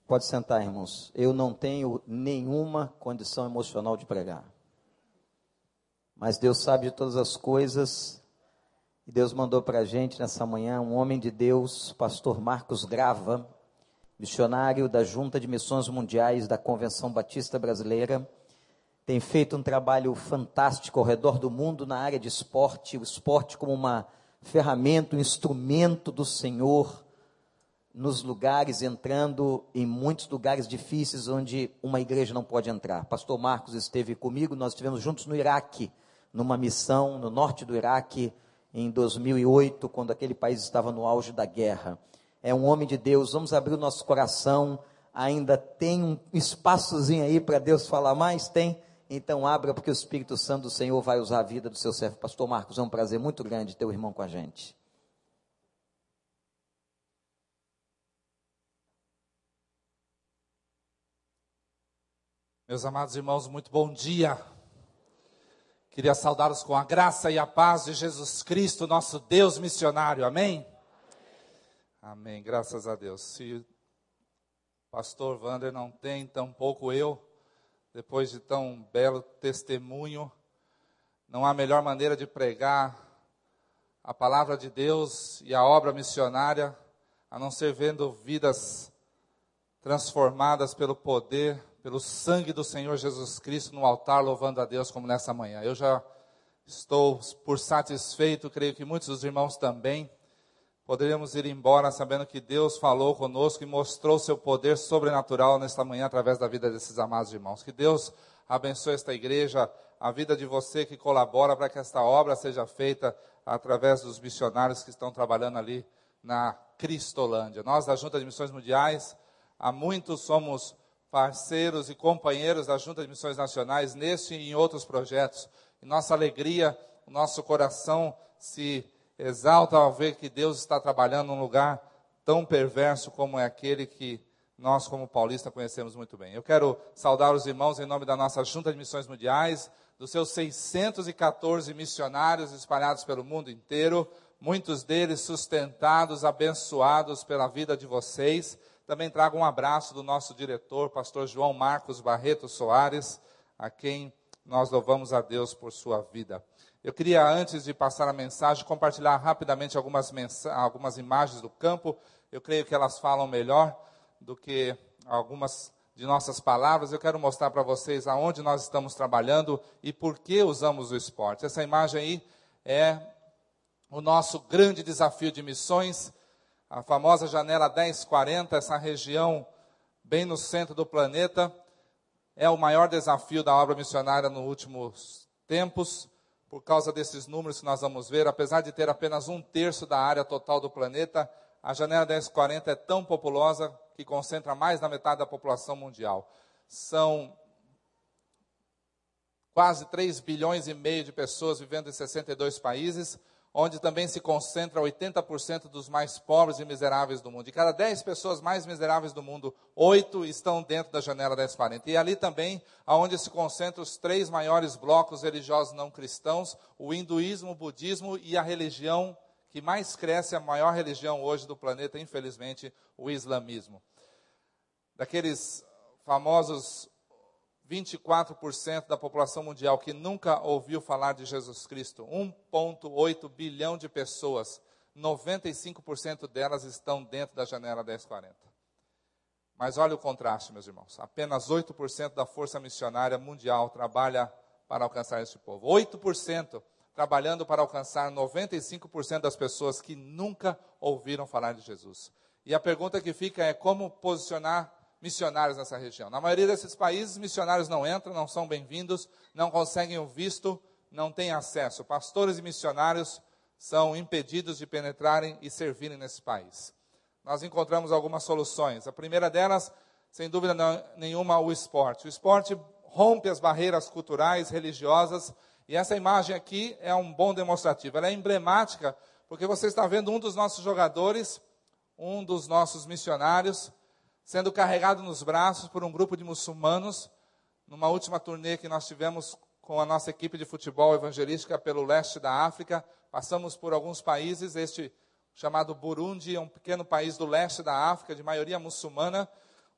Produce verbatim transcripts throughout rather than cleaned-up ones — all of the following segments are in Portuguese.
Pode sentar, irmãos. Eu não tenho nenhuma condição emocional de pregar. Mas Deus sabe de todas as coisas. E Deus mandou para a gente nessa manhã um homem de Deus, pastor Marcos Grava, missionário da Junta de Missões Mundiais da Convenção Batista Brasileira. Tem feito um trabalho fantástico ao redor do mundo na área de esporte. O esporte como uma ferramenta, um instrumento do Senhor nos lugares, entrando em muitos lugares difíceis onde uma igreja não pode entrar. Pastor Marcos esteve comigo, nós estivemos juntos no Iraque, numa missão no norte do Iraque, em dois mil e oito, quando aquele país estava no auge da guerra. É um homem de Deus. Vamos abrir o nosso coração. Ainda tem um espaçozinho aí para Deus falar mais? Tem? Então abra, porque o Espírito Santo do Senhor vai usar a vida do seu servo. Pastor Marcos, é um prazer muito grande ter o irmão com a gente. Meus amados irmãos, muito bom dia. Queria saudá-los com a graça e a paz de Jesus Cristo, nosso Deus missionário, amém? Amém, graças a Deus. Se o pastor Wander não tem, tampouco eu, depois de tão belo testemunho, não há melhor maneira de pregar a palavra de Deus e a obra missionária, a não ser vendo vidas transformadas pelo poder, pelo sangue do Senhor Jesus Cristo no altar, louvando a Deus como nessa manhã. Eu já estou por satisfeito, creio que muitos dos irmãos também. Poderíamos ir embora sabendo que Deus falou conosco e mostrou seu poder sobrenatural nesta manhã através da vida desses amados irmãos. Que Deus abençoe esta igreja, a vida de você que colabora para que esta obra seja feita através dos missionários que estão trabalhando ali na Cristolândia. Nós, da Junta de Missões Mundiais, há muitos somos parceiros e companheiros da Junta de Missões Nacionais neste e em outros projetos. E nossa alegria, o nosso coração se exalta ao ver que Deus está trabalhando num lugar tão perverso como é aquele que nós, como paulistas, conhecemos muito bem. Eu quero saudar os irmãos em nome da nossa Junta de Missões Mundiais, dos seus seiscentos e catorze missionários espalhados pelo mundo inteiro, muitos deles sustentados, abençoados pela vida de vocês. Também trago um abraço do nosso diretor, pastor João Marcos Barreto Soares, a quem nós louvamos a Deus por sua vida. Eu queria, antes de passar a mensagem, compartilhar rapidamente algumas, mensa- algumas imagens do campo. Eu creio que elas falam melhor do que algumas de nossas palavras. Eu quero mostrar para vocês aonde nós estamos trabalhando e por que usamos o esporte. Essa imagem aí é o nosso grande desafio de missões, a famosa janela dez quarenta, essa região bem no centro do planeta, é o maior desafio da obra missionária nos últimos tempos, por causa desses números que nós vamos ver. Apesar de ter apenas um terço da área total do planeta, a janela dez quarenta é tão populosa que concentra mais da metade da população mundial. São quase três bilhões e meio de pessoas vivendo em sessenta e dois países, onde também se concentra oitenta por cento dos mais pobres e miseráveis do mundo. De cada dez pessoas mais miseráveis do mundo, oito estão dentro da janela dez quarenta. E ali também, onde se concentram os três maiores blocos religiosos não cristãos, o hinduísmo, o budismo e a religião que mais cresce, a maior religião hoje do planeta, infelizmente, o islamismo. Daqueles famosos vinte e quatro por cento da população mundial que nunca ouviu falar de Jesus Cristo, um vírgula oito bilhão de pessoas, noventa e cinco por cento delas estão dentro da janela dez quarenta. Mas olha o contraste, meus irmãos. Apenas oito por cento da força missionária mundial trabalha para alcançar este povo. oito por cento trabalhando para alcançar noventa e cinco por cento das pessoas que nunca ouviram falar de Jesus. E a pergunta que fica é como posicionar missionários nessa região. Na maioria desses países, missionários não entram, não são bem-vindos, não conseguem o visto, não têm acesso. Pastores e missionários são impedidos de penetrarem e servirem nesse país. Nós encontramos algumas soluções. A primeira delas, sem dúvida nenhuma, o esporte. O esporte rompe as barreiras culturais, religiosas, e essa imagem aqui é um bom demonstrativo. Ela é emblemática, porque você está vendo um dos nossos jogadores, um dos nossos missionários, sendo carregado nos braços por um grupo de muçulmanos, numa última turnê que nós tivemos com a nossa equipe de futebol evangelística pelo leste da África. Passamos por alguns países, este chamado Burundi, é um pequeno país do leste da África, de maioria muçulmana.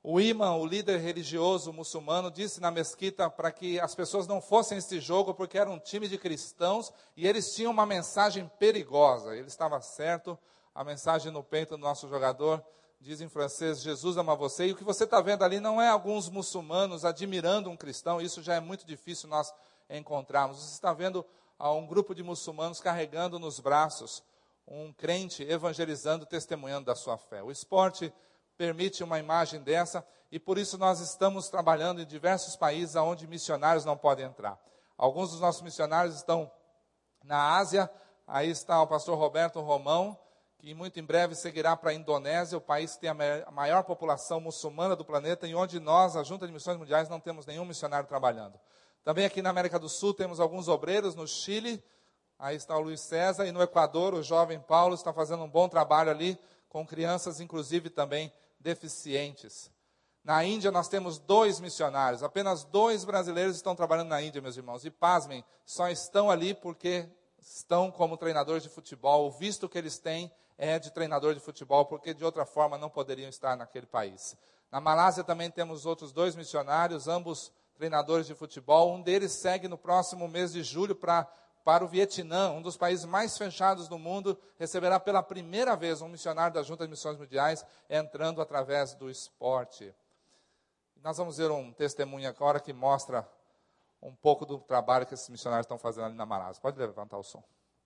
O imã, o líder religioso muçulmano, disse na mesquita para que as pessoas não fossem a esse jogo porque era um time de cristãos e eles tinham uma mensagem perigosa. Ele estava certo, a mensagem no peito do nosso jogador diz em francês: Jesus ama você. E o que você está vendo ali não é alguns muçulmanos admirando um cristão, isso já é muito difícil nós encontrarmos. Você está vendo um grupo de muçulmanos carregando nos braços um crente evangelizando, testemunhando da sua fé. O esporte permite uma imagem dessa, e por isso nós estamos trabalhando em diversos países onde missionários não podem entrar. Alguns dos nossos missionários estão na Ásia, aí está o pastor Roberto Romão, que muito em breve seguirá para a Indonésia, o país que tem a maior população muçulmana do planeta, e onde nós, a Junta de Missões Mundiais, não temos nenhum missionário trabalhando. Também aqui na América do Sul temos alguns obreiros, no Chile, aí está o Luiz César, e no Equador o jovem Paulo está fazendo um bom trabalho ali, com crianças, inclusive também deficientes. Na Índia nós temos dois missionários, apenas dois brasileiros estão trabalhando na Índia, meus irmãos. E pasmem, só estão ali porque estão como treinadores de futebol. O visto que eles têm é de treinador de futebol, porque de outra forma não poderiam estar naquele país. Na Malásia também temos outros dois missionários, ambos treinadores de futebol. Um deles segue no próximo mês de julho para para o Vietnã, um dos países mais fechados do mundo, receberá pela primeira vez um missionário da Junta de Missões Mundiais entrando através do esporte. Nós vamos ver um testemunho agora que mostra um pouco do trabalho que esses missionários estão fazendo ali na Malásia. Pode levantar o som.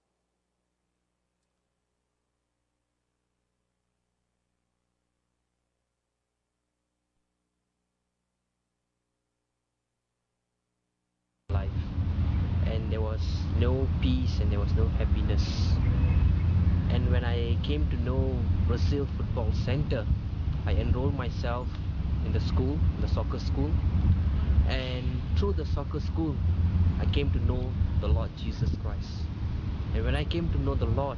There was no peace and there was no happiness. And when I came to know Brazil Football Center, I enrolled myself in the school, the soccer school. And through the soccer school, I came to know the Lord Jesus Christ. And when I came to know the Lord,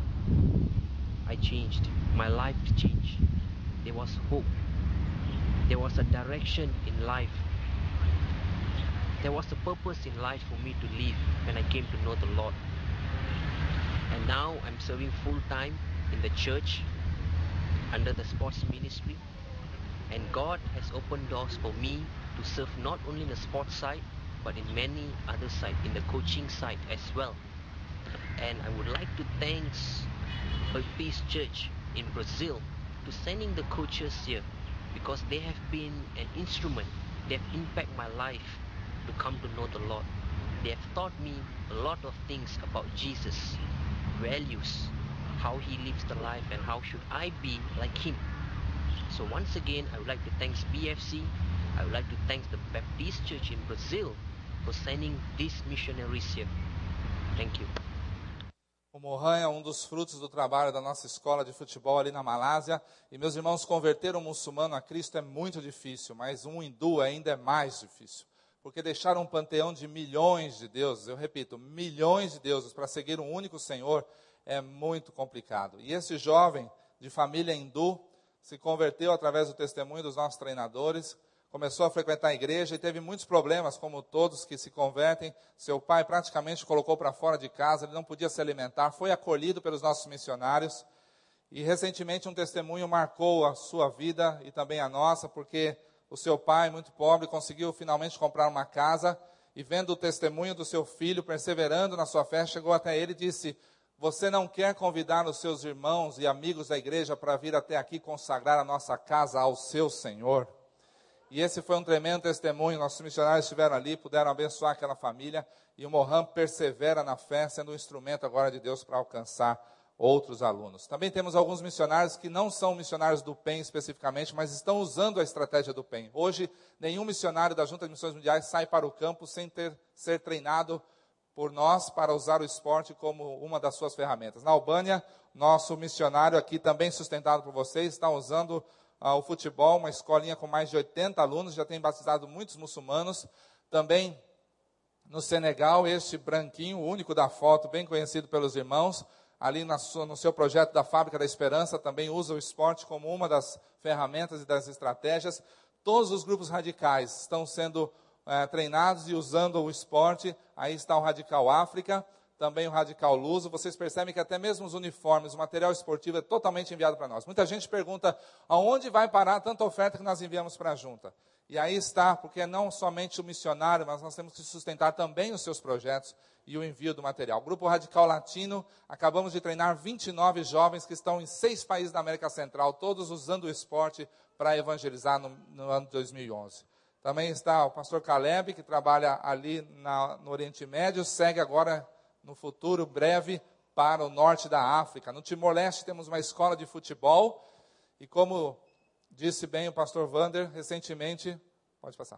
I changed. My life changed. There was hope. There was a direction in life. There was a purpose in life for me to live when I came to know the Lord. And now I'm serving full time in the church under the sports ministry. And God has opened doors for me to serve not only in the sports side, but in many other sides, in the coaching side as well. And I would like to thank Hope Peace Church in Brazil to sending the coaches here, because they have been an instrument. They have impacted my life to come to know the Lord. They have taught me a lot of things about Jesus, values, how he lives the life and how should I be like him. So once again, I would like to thank B F C. I would like to thank the Baptist Church in Brazil for sending these missionaries here. Thank you. O Mohan é um dos frutos do trabalho da nossa escola de futebol ali na Malásia. E meus irmãos, converter um muçulmano a Cristo é muito difícil, mas um hindu ainda é mais difícil. Porque deixar um panteão de milhões de deuses, eu repito, milhões de deuses para seguir um único Senhor é muito complicado. E esse jovem de família hindu se converteu através do testemunho dos nossos treinadores, começou a frequentar a igreja e teve muitos problemas, como todos que se convertem. Seu pai praticamente colocou para fora de casa, ele não podia se alimentar, foi acolhido pelos nossos missionários. E recentemente um testemunho marcou a sua vida e também a nossa, porque o seu pai, muito pobre, conseguiu finalmente comprar uma casa e vendo o testemunho do seu filho, perseverando na sua fé, chegou até ele e disse: você não quer convidar os seus irmãos e amigos da igreja para vir até aqui consagrar a nossa casa ao seu Senhor? E esse foi um tremendo testemunho, nossos missionários estiveram ali, puderam abençoar aquela família, e o Mohan persevera na fé, sendo um instrumento agora de Deus para alcançar outros alunos. Também temos alguns missionários que não são missionários do P E M especificamente, mas estão usando a estratégia do P E M. Hoje, nenhum missionário da Junta de Missões Mundiais sai para o campo sem ter, ser treinado por nós para usar o esporte como uma das suas ferramentas. Na Albânia, nosso missionário aqui, também sustentado por vocês, está usando uh, o futebol, uma escolinha com mais de oitenta alunos, já tem batizado muitos muçulmanos. Também no Senegal, este branquinho, o único da foto, bem conhecido pelos irmãos, ali na sua, no seu projeto da Fábrica da Esperança, também usa o esporte como uma das ferramentas e das estratégias. Todos os grupos radicais estão sendo é, treinados e usando o esporte. Aí está o Radical África. também o Radical Luso. Vocês percebem que até mesmo os uniformes, o material esportivo é totalmente enviado para nós. Muita gente pergunta aonde vai parar tanta oferta que nós enviamos para a junta. E aí está, porque não somente o missionário, mas nós temos que sustentar também os seus projetos e o envio do material. O Grupo Radical Latino, acabamos de treinar vinte e nove jovens que estão em seis países da América Central, todos usando o esporte para evangelizar no, no ano de dois mil e onze. Também está o pastor Caleb, que trabalha ali na, no Oriente Médio, segue agora no futuro breve para o norte da África. No Timor-Leste temos uma escola de futebol e, como disse bem o pastor Wander, recentemente, pode passar,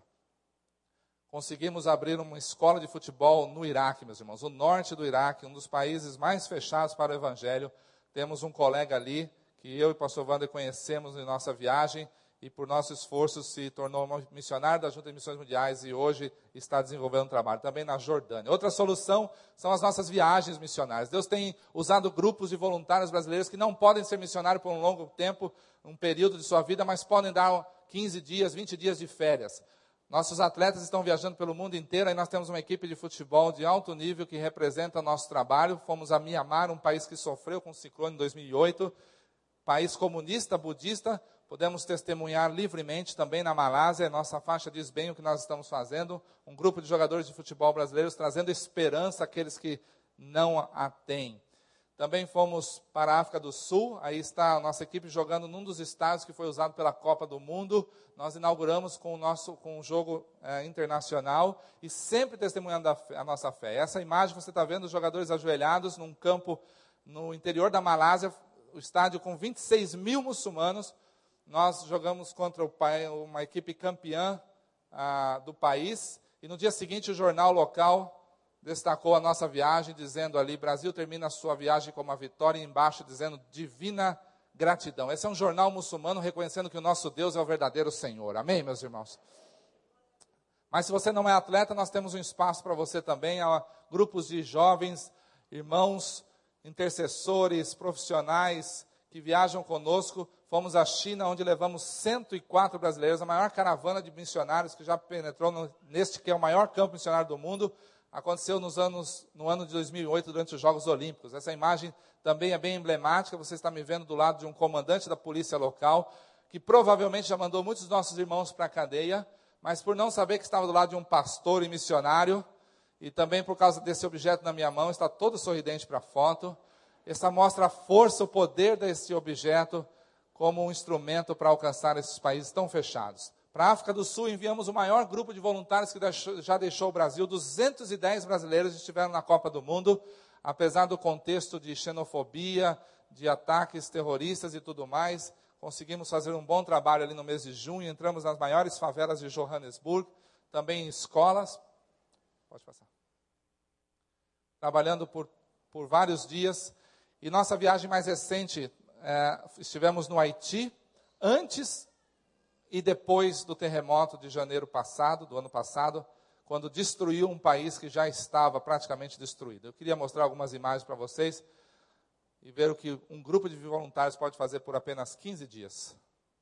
conseguimos abrir uma escola de futebol no Iraque, meus irmãos. O norte do Iraque, um dos países mais fechados para o evangelho. Temos um colega ali, que eu e o pastor Wander conhecemos em nossa viagem, e por nosso esforço se tornou missionário da Junta de Missões Mundiais e hoje está desenvolvendo um trabalho também na Jordânia. Outra solução são as nossas viagens missionárias. Deus tem usado grupos de voluntários brasileiros que não podem ser missionários por um longo tempo, um período de sua vida, mas podem dar quinze dias, vinte dias de férias. Nossos atletas estão viajando pelo mundo inteiro, aí nós temos uma equipe de futebol de alto nível que representa nosso trabalho. Fomos a Mianmar, um país que sofreu com o ciclone em dois mil e oito, país comunista, budista. Podemos testemunhar livremente também na Malásia. Nossa faixa diz bem o que nós estamos fazendo. Um grupo de jogadores de futebol brasileiros trazendo esperança àqueles que não a têm. Também fomos para a África do Sul. Aí está a nossa equipe jogando num dos estádios que foi usado pela Copa do Mundo. Nós inauguramos com o nosso com um jogo é, internacional e sempre testemunhando a, a nossa fé. Essa imagem você está vendo os jogadores ajoelhados num campo no interior da Malásia, o estádio com vinte e seis mil muçulmanos. Nós jogamos contra o, uma equipe campeã ah, do país, e no dia seguinte o jornal local destacou a nossa viagem, dizendo ali, Brasil termina a sua viagem com uma vitória, e embaixo dizendo, divina gratidão. Esse é um jornal muçulmano reconhecendo que o nosso Deus é o verdadeiro Senhor. Amém, meus irmãos? Mas se você não é atleta, nós temos um espaço para você também. Há grupos de jovens, irmãos, intercessores, profissionais que viajam conosco. Fomos à China, onde levamos cento e quatro brasileiros, a maior caravana de missionários que já penetrou no, neste que é o maior campo missionário do mundo. Aconteceu nos anos, no ano de dois mil e oito, durante os Jogos Olímpicos. Essa imagem também é bem emblemática. Você está me vendo do lado de um comandante da polícia local, que provavelmente já mandou muitos dos nossos irmãos para a cadeia, mas por não saber que estava do lado de um pastor e missionário, e também por causa desse objeto na minha mão, está todo sorridente para a foto. Essa mostra a força, o poder desse objeto como um instrumento para alcançar esses países tão fechados. Para a África do Sul, enviamos o maior grupo de voluntários que deixou, já deixou o Brasil. duzentos e dez brasileiros estiveram na Copa do Mundo, apesar do contexto de xenofobia, de ataques terroristas e tudo mais. Conseguimos fazer um bom trabalho ali no mês de junho. Entramos nas maiores favelas de Johannesburg, também em escolas. Pode passar. Trabalhando por, por vários dias. E nossa viagem mais recente, é, estivemos no Haiti, antes e depois do terremoto de janeiro passado, do ano passado, quando destruiu um país que já estava praticamente destruído. Eu queria mostrar algumas imagens para vocês e ver o que um grupo de voluntários pode fazer por apenas quinze dias.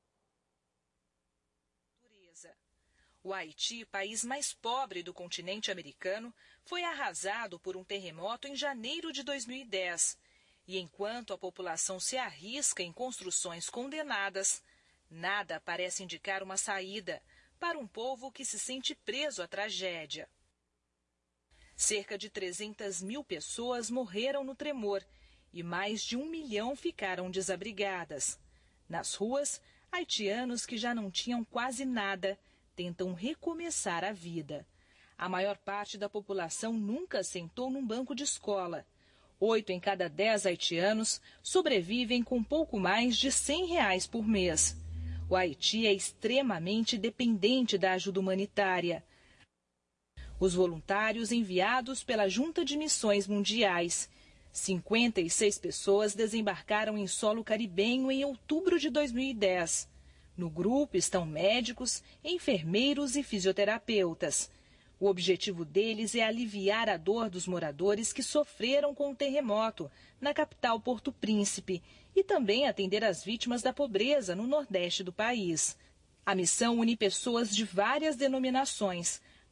O Haiti, país mais pobre do continente americano, foi arrasado por um terremoto em janeiro de dois mil e dez. E enquanto a população se arrisca em construções condenadas, nada parece indicar uma saída para um povo que se sente preso à tragédia. Cerca de trezentas mil pessoas morreram no tremor e mais de um milhão ficaram desabrigadas. Nas ruas, haitianos que já não tinham quase nada tentam recomeçar a vida. A maior parte da população nunca sentou num banco de escola. Oito em cada dez haitianos sobrevivem com pouco mais de cem reais por mês. O Haiti é extremamente dependente da ajuda humanitária. Os voluntários enviados pela Junta de Missões Mundiais. cinquenta e seis pessoas desembarcaram em solo caribenho em outubro de dois mil e dez. No grupo estão médicos, enfermeiros e fisioterapeutas. O objetivo deles é aliviar a dor dos moradores que sofreram com o terremoto na capital Porto Príncipe e também atender as vítimas da pobreza no nordeste do país. A missão une pessoas de várias denominações,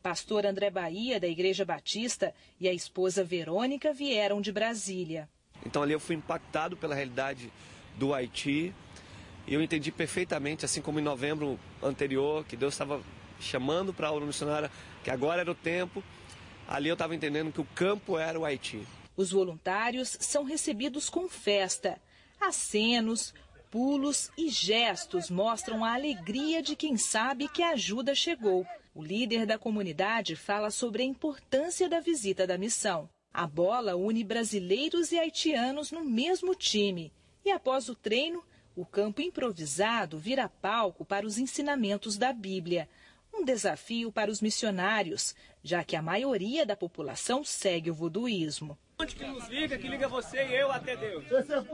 Pastor André Bahia, da Igreja Batista, e a esposa Verônica vieram de Brasília. Então ali eu fui impactado pela realidade do Haiti. E eu entendi perfeitamente, assim como em novembro anterior, que Deus estava chamando para a aula missionária, que agora era o tempo. Ali eu estava entendendo que o campo era o Haiti. Os voluntários são recebidos com festa. Acenos, pulos e gestos mostram a alegria de quem sabe que a ajuda chegou. O líder da comunidade fala sobre a importância da visita da missão. A bola une brasileiros e haitianos no mesmo time. E após o treino, o campo improvisado vira palco para os ensinamentos da Bíblia. Um desafio para os missionários, já que a maioria da população segue o voduísmo. Onde que nos liga, que liga você e eu até Deus.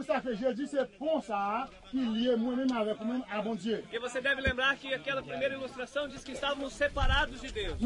E você deve lembrar que aquela primeira ilustração diz que estávamos separados de Deus.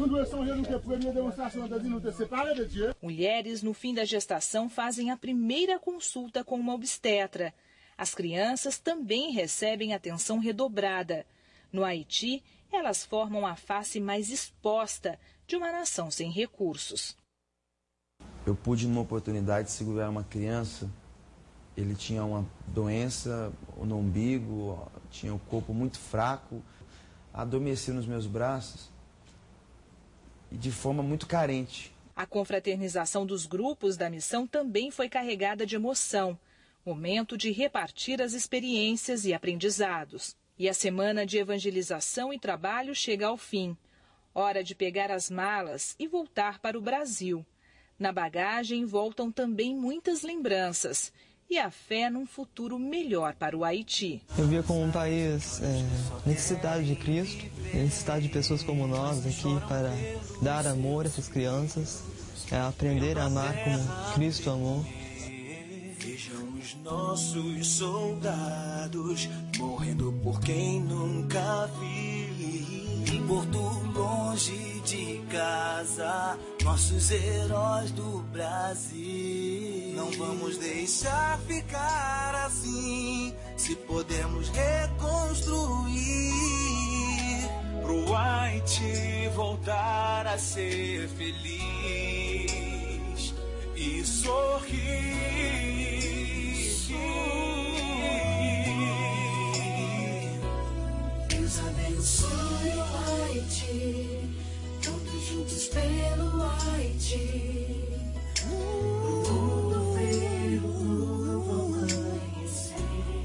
Mulheres no fim da gestação fazem a primeira consulta com uma obstetra. As crianças também recebem atenção redobrada. No Haiti, elas formam a face mais exposta de uma nação sem recursos. Eu pude, numa oportunidade, segurar uma criança. Ele tinha uma doença no umbigo, tinha o corpo muito fraco, adormecia nos meus braços e de forma muito carente. A confraternização dos grupos da missão também foi carregada de emoção. Momento de repartir as experiências e aprendizados. E a semana de evangelização e trabalho chega ao fim. Hora de pegar as malas e voltar para o Brasil. Na bagagem voltam também muitas lembranças e a fé num futuro melhor para o Haiti. Eu via como um país é, necessitado de Cristo, necessitado de pessoas como nós aqui para dar amor a essas crianças, é, aprender a amar como Cristo amou. Vejam os nossos soldados morrendo por quem nunca vi. Em Porto, longe de casa, nossos heróis do Brasil. Não vamos deixar ficar assim, se podemos reconstruir. Pro Haiti voltar a ser feliz e sorrir. Deus abençoe o Haiti, todos juntos pelo Haiti. O mundo ver o novo amanhecer.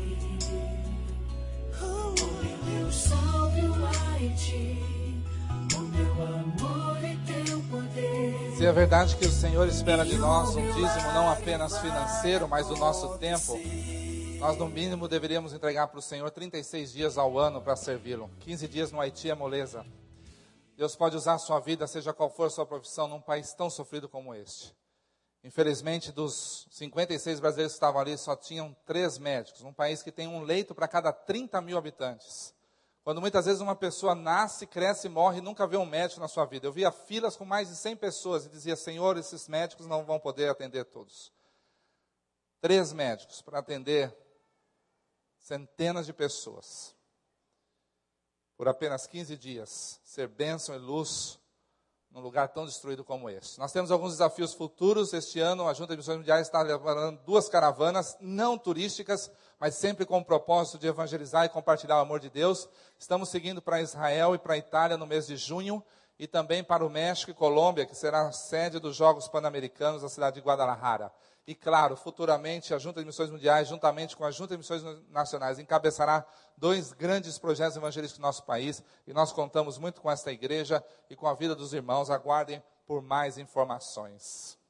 Oh meu Deus, salve o Haiti, com teu amor e teu poder. Se é verdade que o Senhor espera de nós um dízimo não apenas financeiro, mas do nosso tempo, nós no mínimo deveríamos entregar para o Senhor trinta e seis dias ao ano para servi-lo. quinze dias no Haiti é moleza. Deus pode usar a sua vida, seja qual for a sua profissão, num país tão sofrido como este. Infelizmente, dos cinquenta e seis brasileiros que estavam ali, só tinham três médicos. Um país que tem um leito para cada trinta mil habitantes. Quando muitas vezes uma pessoa nasce, cresce e morre e nunca vê um médico na sua vida. Eu via filas com mais de cem pessoas e dizia, Senhor, esses médicos não vão poder atender todos. Três médicos para atender centenas de pessoas. Por apenas quinze dias, ser bênção e luz num lugar tão destruído como este. Nós temos alguns desafios futuros. Este ano, a Junta de Missões Mundiais está levando duas caravanas, não turísticas, mas sempre com o propósito de evangelizar e compartilhar o amor de Deus. Estamos seguindo para Israel e para a Itália no mês de junho, e também para o México e Colômbia, que será a sede dos Jogos Pan-Americanos da cidade de Guadalajara. E claro, futuramente a Junta de Missões Mundiais, juntamente com a Junta de Missões Nacionais, encabeçará dois grandes projetos evangelísticos no nosso país, e nós contamos muito com esta igreja e com a vida dos irmãos. Aguardem por mais informações.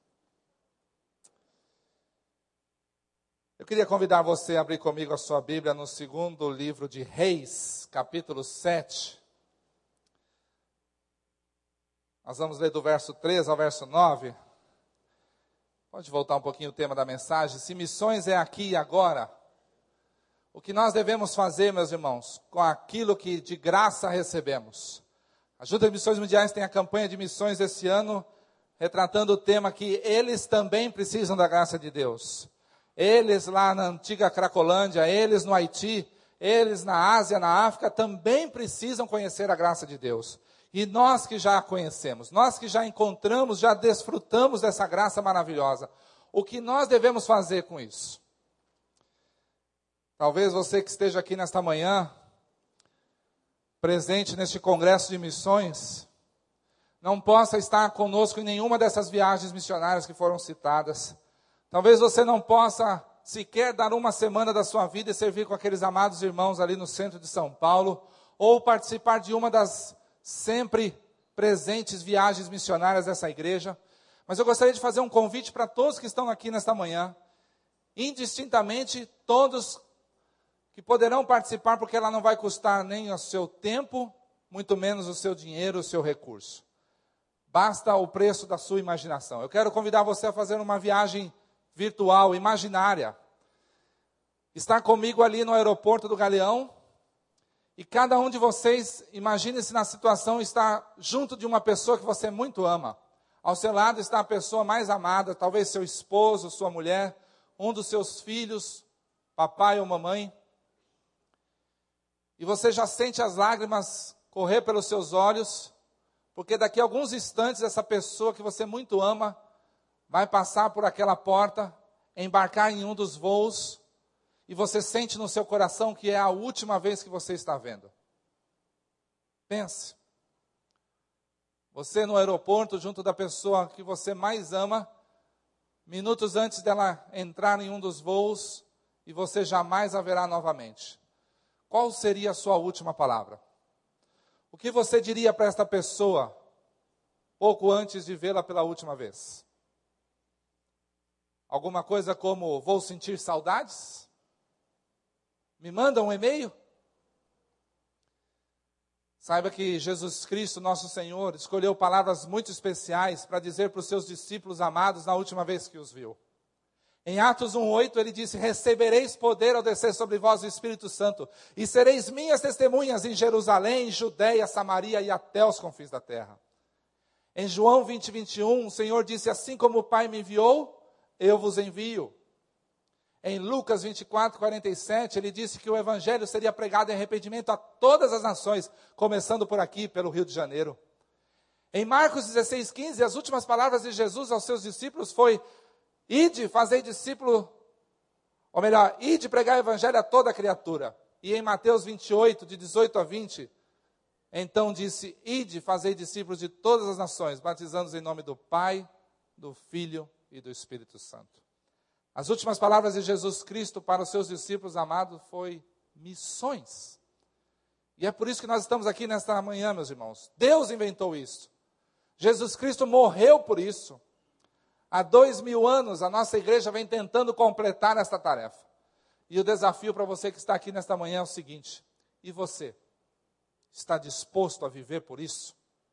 Eu queria convidar você a abrir comigo a sua Bíblia no segundo livro de Reis, capítulo sete. Nós vamos ler do verso três ao verso nove. Pode voltar um pouquinho o tema da mensagem. Se missões é aqui e agora, o que nós devemos fazer, meus irmãos, com aquilo que de graça recebemos? A Junta de Missões Mundiais tem a campanha de missões esse ano, retratando o tema que eles também precisam da graça de Deus. Eles lá na antiga Cracolândia, eles no Haiti, eles na Ásia, na África, também precisam conhecer a graça de Deus. E nós que já a conhecemos, nós que já encontramos, já desfrutamos dessa graça maravilhosa, o que nós devemos fazer com isso? Talvez você que esteja aqui nesta manhã, presente neste congresso de missões, não possa estar conosco em nenhuma dessas viagens missionárias que foram citadas. Talvez você não possa sequer dar uma semana da sua vida e servir com aqueles amados irmãos ali no centro de São Paulo, ou participar de uma das sempre presentes viagens missionárias dessa igreja. Mas eu gostaria de fazer um convite para todos que estão aqui nesta manhã, indistintamente, todos que poderão participar, porque ela não vai custar nem o seu tempo, muito menos o seu dinheiro, o seu recurso. Basta o preço da sua imaginação. Eu quero convidar você a fazer uma viagem virtual, imaginária. Estar comigo ali no aeroporto do Galeão, e cada um de vocês, imagine-se na situação, estar junto de uma pessoa que você muito ama. Ao seu lado está a pessoa mais amada, talvez seu esposo, sua mulher, um dos seus filhos, papai ou mamãe. E você já sente as lágrimas correr pelos seus olhos, porque daqui a alguns instantes essa pessoa que você muito ama vai passar por aquela porta, embarcar em um dos voos, e você sente no seu coração que é a última vez que você está vendo. Pense. Você no aeroporto, junto da pessoa que você mais ama, minutos antes dela entrar em um dos voos, e você jamais a verá novamente. Qual seria a sua última palavra? O que você diria para esta pessoa, pouco antes de vê-la pela última vez? Alguma coisa como, vou sentir saudades? Me manda um e-mail? Saiba que Jesus Cristo, nosso Senhor, escolheu palavras muito especiais para dizer para os seus discípulos amados na última vez que os viu. Em Atos um, oito, ele disse, recebereis poder ao descer sobre vós o Espírito Santo, e sereis minhas testemunhas em Jerusalém, Judeia, Samaria e até os confins da terra. Em João vinte, vinte e um, o Senhor disse, assim como o Pai me enviou, eu vos envio. Em Lucas vinte e quatro, quarenta e sete, ele disse que o evangelho seria pregado em arrependimento a todas as nações, começando por aqui, pelo Rio de Janeiro. Em Marcos dezesseis, quinze, as últimas palavras de Jesus aos seus discípulos foi, ide, fazei discípulo, ou melhor, ide pregar o evangelho a toda criatura. E em Mateus vinte e oito, de dezoito a vinte, então disse, ide, fazei discípulos de todas as nações, batizando-os em nome do Pai, do Filho e do Espírito Santo. As últimas palavras de Jesus Cristo para os seus discípulos amados foi missões. E é por isso que nós estamos aqui nesta manhã, meus irmãos. Deus inventou isso. Jesus Cristo morreu por isso. Há dois mil anos a nossa igreja vem tentando completar esta tarefa. E o desafio para você que está aqui nesta manhã é o seguinte. E você? Está disposto a viver por isso?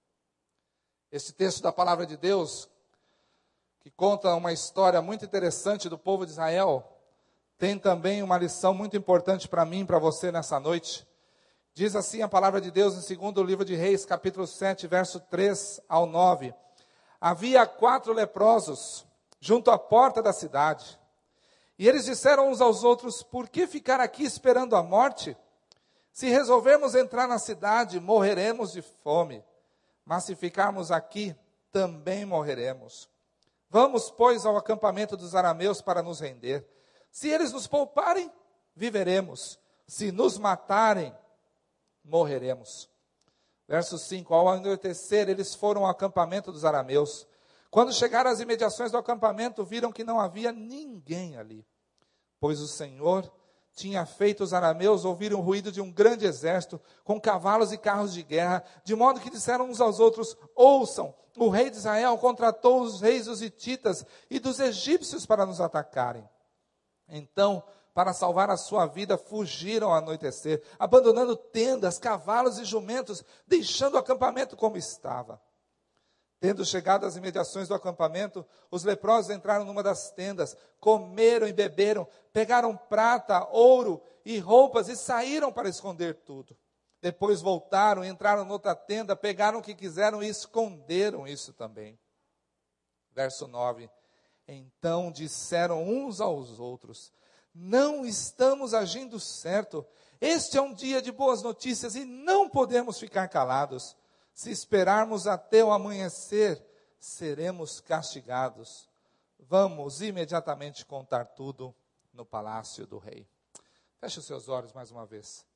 Este texto da palavra de Deus, que conta uma história muito interessante do povo de Israel, tem também uma lição muito importante para mim e para você nessa noite. Diz assim a palavra de Deus em segundo livro de Reis, capítulo sete, verso três ao nove. Havia quatro leprosos junto à porta da cidade. E eles disseram uns aos outros, por que ficar aqui esperando a morte? Se resolvermos entrar na cidade, morreremos de fome. Mas se ficarmos aqui, também morreremos. Vamos, pois, ao acampamento dos arameus para nos render. Se eles nos pouparem, viveremos. Se nos matarem, morreremos. Verso cinco. Ao anoitecer, eles foram ao acampamento dos arameus. Quando chegaram às imediações do acampamento, viram que não havia ninguém ali. Pois o Senhor tinha feito os arameus ouvirem o ruído de um grande exército, com cavalos e carros de guerra, de modo que disseram uns aos outros, ouçam, o rei de Israel contratou os reis dos hititas e dos egípcios para nos atacarem. Então, para salvar a sua vida, fugiram ao anoitecer, abandonando tendas, cavalos e jumentos, deixando o acampamento como estava. Tendo chegado às imediações do acampamento, os leprosos entraram numa das tendas, comeram e beberam, pegaram prata, ouro e roupas e saíram para esconder tudo. Depois voltaram, entraram noutra tenda, pegaram o que quiseram e esconderam isso também. Verso nove. Então disseram uns aos outros, não estamos agindo certo. Este é um dia de boas notícias e não podemos ficar calados. Se esperarmos até o amanhecer, seremos castigados. Vamos imediatamente contar tudo no palácio do rei. Feche os seus olhos mais uma vez.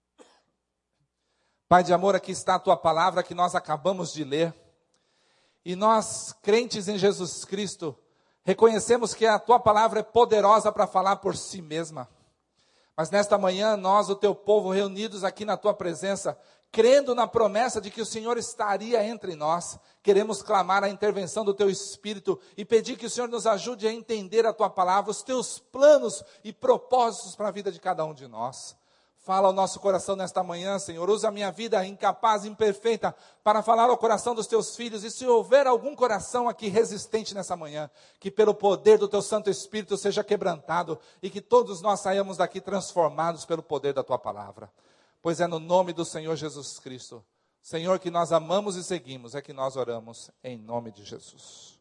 Pai de amor, aqui está a tua palavra que nós acabamos de ler. E nós, crentes em Jesus Cristo, reconhecemos que a tua palavra é poderosa para falar por si mesma. Mas nesta manhã, nós, o teu povo, reunidos aqui na tua presença, crendo na promessa de que o Senhor estaria entre nós, queremos clamar a intervenção do teu Espírito e pedir que o Senhor nos ajude a entender a tua palavra, os teus planos e propósitos para a vida de cada um de nós. Fala ao nosso coração nesta manhã, Senhor. Usa a minha vida incapaz, imperfeita, para falar ao coração dos teus filhos. E se houver algum coração aqui resistente nessa manhã, que pelo poder do teu Santo Espírito seja quebrantado e que todos nós saiamos daqui transformados pelo poder da tua palavra. Pois é no nome do Senhor Jesus Cristo, Senhor, que nós amamos e seguimos, é que nós oramos em nome de Jesus.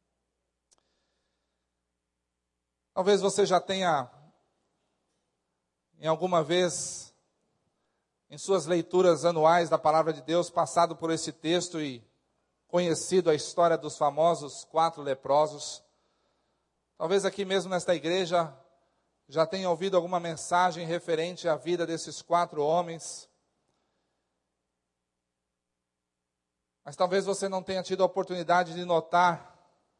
Talvez você já tenha, em alguma vez, em suas leituras anuais da Palavra de Deus, passado por esse texto e conhecido a história dos famosos quatro leprosos. Talvez aqui mesmo nesta igreja já tenha ouvido alguma mensagem referente à vida desses quatro homens. Mas talvez você não tenha tido a oportunidade de notar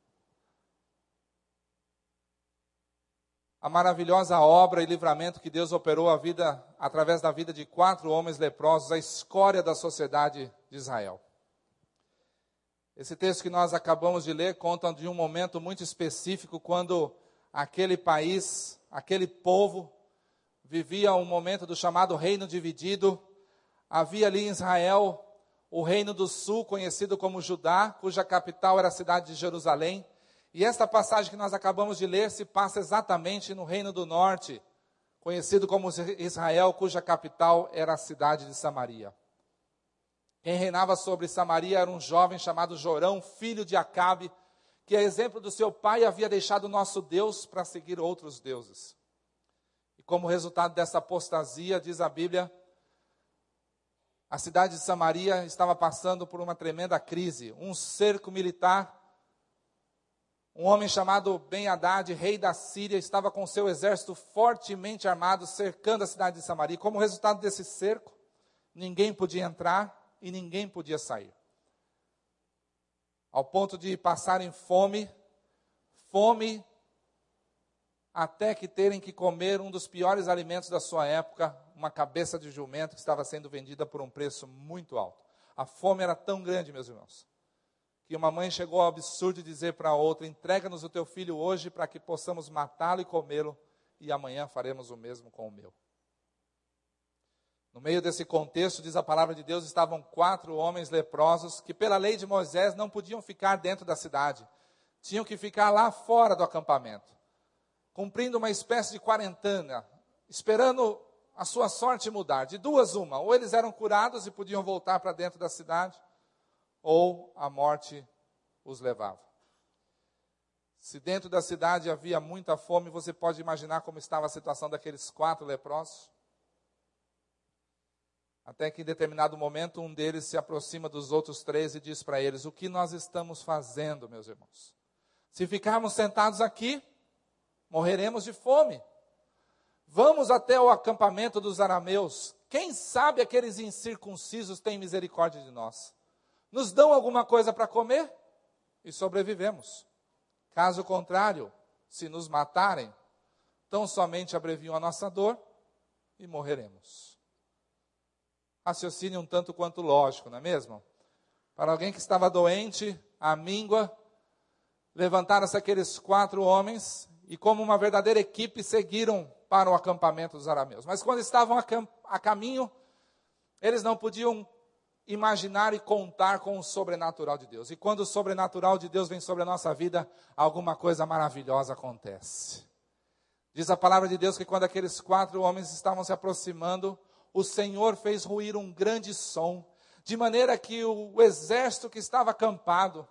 a maravilhosa obra e livramento que Deus operou a vida, através da vida de quatro homens leprosos, a escória da sociedade de Israel. Esse texto que nós acabamos de ler conta de um momento muito específico, quando aquele país, aquele povo, vivia um momento do chamado reino dividido. Havia ali em Israel o reino do sul, conhecido como Judá, cuja capital era a cidade de Jerusalém. E esta passagem que nós acabamos de ler se passa exatamente no reino do norte, conhecido como Israel, cuja capital era a cidade de Samaria. Quem reinava sobre Samaria era um jovem chamado Jorão, filho de Acabe, que a exemplo do seu pai havia deixado o nosso Deus para seguir outros deuses. E como resultado dessa apostasia, diz a Bíblia, a cidade de Samaria estava passando por uma tremenda crise, um cerco militar. Um homem chamado Ben-Hadad, rei da Síria, estava com seu exército fortemente armado, cercando a cidade de Samaria. E como resultado desse cerco, ninguém podia entrar e ninguém podia sair. Ao ponto de passarem fome, fome até que terem que comer um dos piores alimentos da sua época, uma cabeça de jumento que estava sendo vendida por um preço muito alto. A fome era tão grande, meus irmãos, que uma mãe chegou ao absurdo de dizer para a outra: entrega-nos o teu filho hoje para que possamos matá-lo e comê-lo, e amanhã faremos o mesmo com o meu. No meio desse contexto, diz a palavra de Deus, estavam quatro homens leprosos que pela lei de Moisés não podiam ficar dentro da cidade. Tinham que ficar lá fora do acampamento, cumprindo uma espécie de quarentena, esperando a sua sorte mudar. De duas uma, ou eles eram curados e podiam voltar para dentro da cidade, ou a morte os levava. Se dentro da cidade havia muita fome, você pode imaginar como estava a situação daqueles quatro leprosos? Até que em determinado momento um deles se aproxima dos outros três e diz para eles: o que nós estamos fazendo, meus irmãos? Se ficarmos sentados aqui, morreremos de fome. Vamos até o acampamento dos arameus. Quem sabe aqueles incircuncisos têm misericórdia de nós. Nos dão alguma coisa para comer e sobrevivemos. Caso contrário, se nos matarem, tão somente abreviam a nossa dor e morreremos. Raciocínio um tanto quanto lógico, não é mesmo? Para alguém que estava doente, à míngua, levantaram-se aqueles quatro homens e, como uma verdadeira equipe, seguiram para o acampamento dos arameus. Mas quando estavam a, cam- a caminho, eles não podiam imaginar e contar com o sobrenatural de Deus. E quando o sobrenatural de Deus vem sobre a nossa vida, alguma coisa maravilhosa acontece. Diz a palavra de Deus que quando aqueles quatro homens estavam se aproximando, o Senhor fez ruir um grande som, de maneira que o exército que estava acampado,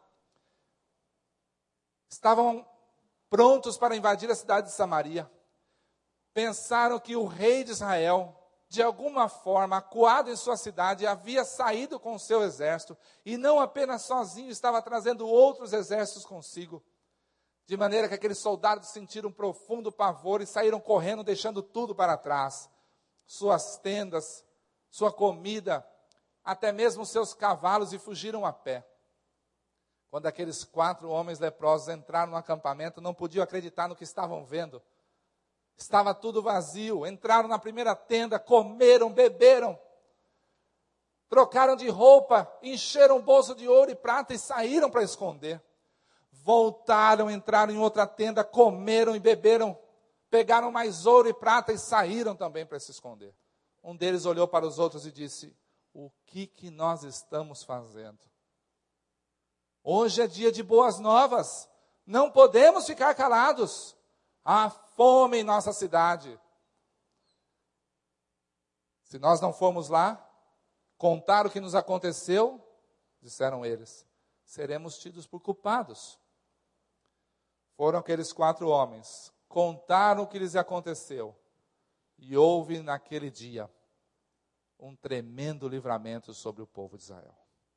estavam prontos para invadir a cidade de Samaria. Pensaram que o rei de Israel de alguma forma, acuado em sua cidade, havia saído com o seu exército, e não apenas sozinho, estava trazendo outros exércitos consigo. De maneira que aqueles soldados sentiram um profundo pavor e saíram correndo, deixando tudo para trás. Suas tendas, sua comida, até mesmo seus cavalos, e fugiram a pé. Quando aqueles quatro homens leprosos entraram no acampamento, não podiam acreditar no que estavam vendo. Estava tudo vazio. Entraram na primeira tenda, comeram, beberam, trocaram de roupa, encheram o bolso de ouro e prata e saíram para esconder. Voltaram, entraram em outra tenda, comeram e beberam, pegaram mais ouro e prata e saíram também para se esconder. Um deles olhou para os outros e disse: o que que nós estamos fazendo? Hoje é dia de boas novas, não podemos ficar calados. Há fome em nossa cidade. Se nós não formos lá contar o que nos aconteceu, disseram eles, seremos tidos por culpados. Foram aqueles quatro homens, contaram o que lhes aconteceu, e houve naquele dia um tremendo livramento sobre o povo de Israel.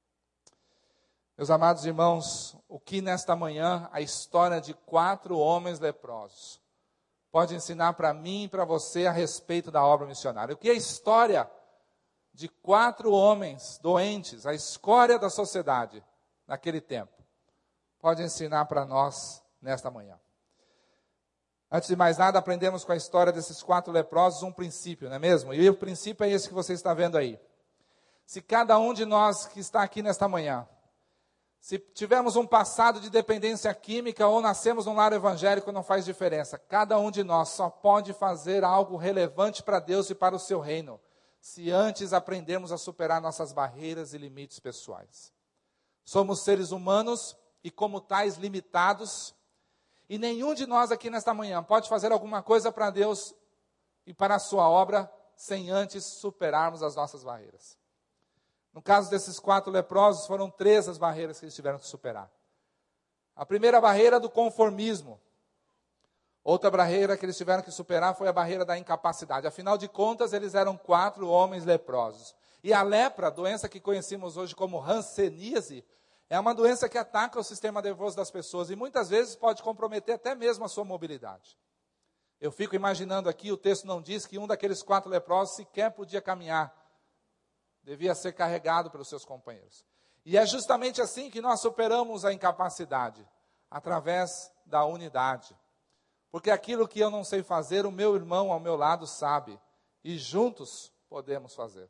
Meus amados irmãos, o que nesta manhã a história de quatro homens leprosos pode ensinar para mim e para você a respeito da obra missionária? O que a história de quatro homens doentes, a escória da sociedade naquele tempo, pode ensinar para nós nesta manhã? Antes de mais nada, aprendemos com a história desses quatro leprosos um princípio, não é mesmo? E o princípio é esse que você está vendo aí. Se cada um de nós que está aqui nesta manhã, se tivermos um passado de dependência química ou nascemos num lar evangélico, não faz diferença. Cada um de nós só pode fazer algo relevante para Deus e para o seu reino, se antes aprendermos a superar nossas barreiras e limites pessoais. Somos seres humanos e, como tais, limitados. E nenhum de nós aqui nesta manhã pode fazer alguma coisa para Deus e para a sua obra sem antes superarmos as nossas barreiras. No caso desses quatro leprosos, foram três as barreiras que eles tiveram que superar. A primeira barreira do conformismo. Outra barreira que eles tiveram que superar foi a barreira da incapacidade. Afinal de contas, eles eram quatro homens leprosos. E a lepra, a doença que conhecemos hoje como hanseníase, é uma doença que ataca o sistema nervoso das pessoas e muitas vezes pode comprometer até mesmo a sua mobilidade. Eu fico imaginando aqui, o texto não diz que um daqueles quatro leprosos sequer podia caminhar. Devia ser carregado pelos seus companheiros. E é justamente assim que nós superamos a incapacidade, através da unidade. Porque aquilo que eu não sei fazer, o meu irmão ao meu lado sabe. E juntos podemos fazer.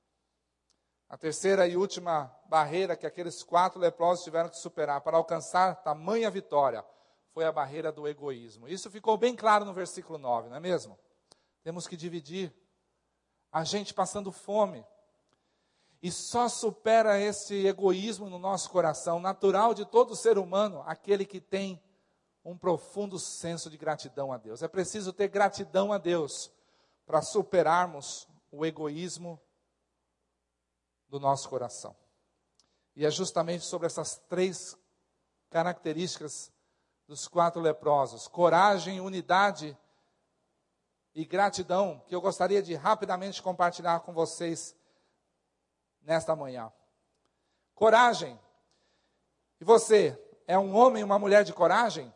A terceira e última barreira que aqueles quatro leprosos tiveram que superar para alcançar tamanha vitória foi a barreira do egoísmo. Isso ficou bem claro no versículo nove, não é mesmo? Temos que dividir. A gente passando fome. E só supera esse egoísmo no nosso coração, natural de todo ser humano, aquele que tem um profundo senso de gratidão a Deus. É preciso ter gratidão a Deus para superarmos o egoísmo do nosso coração. E é justamente sobre essas três características dos quatro leprosos, coragem, unidade e gratidão, que eu gostaria de rapidamente compartilhar com vocês nesta manhã. Coragem. E você, é um homem e uma mulher de coragem?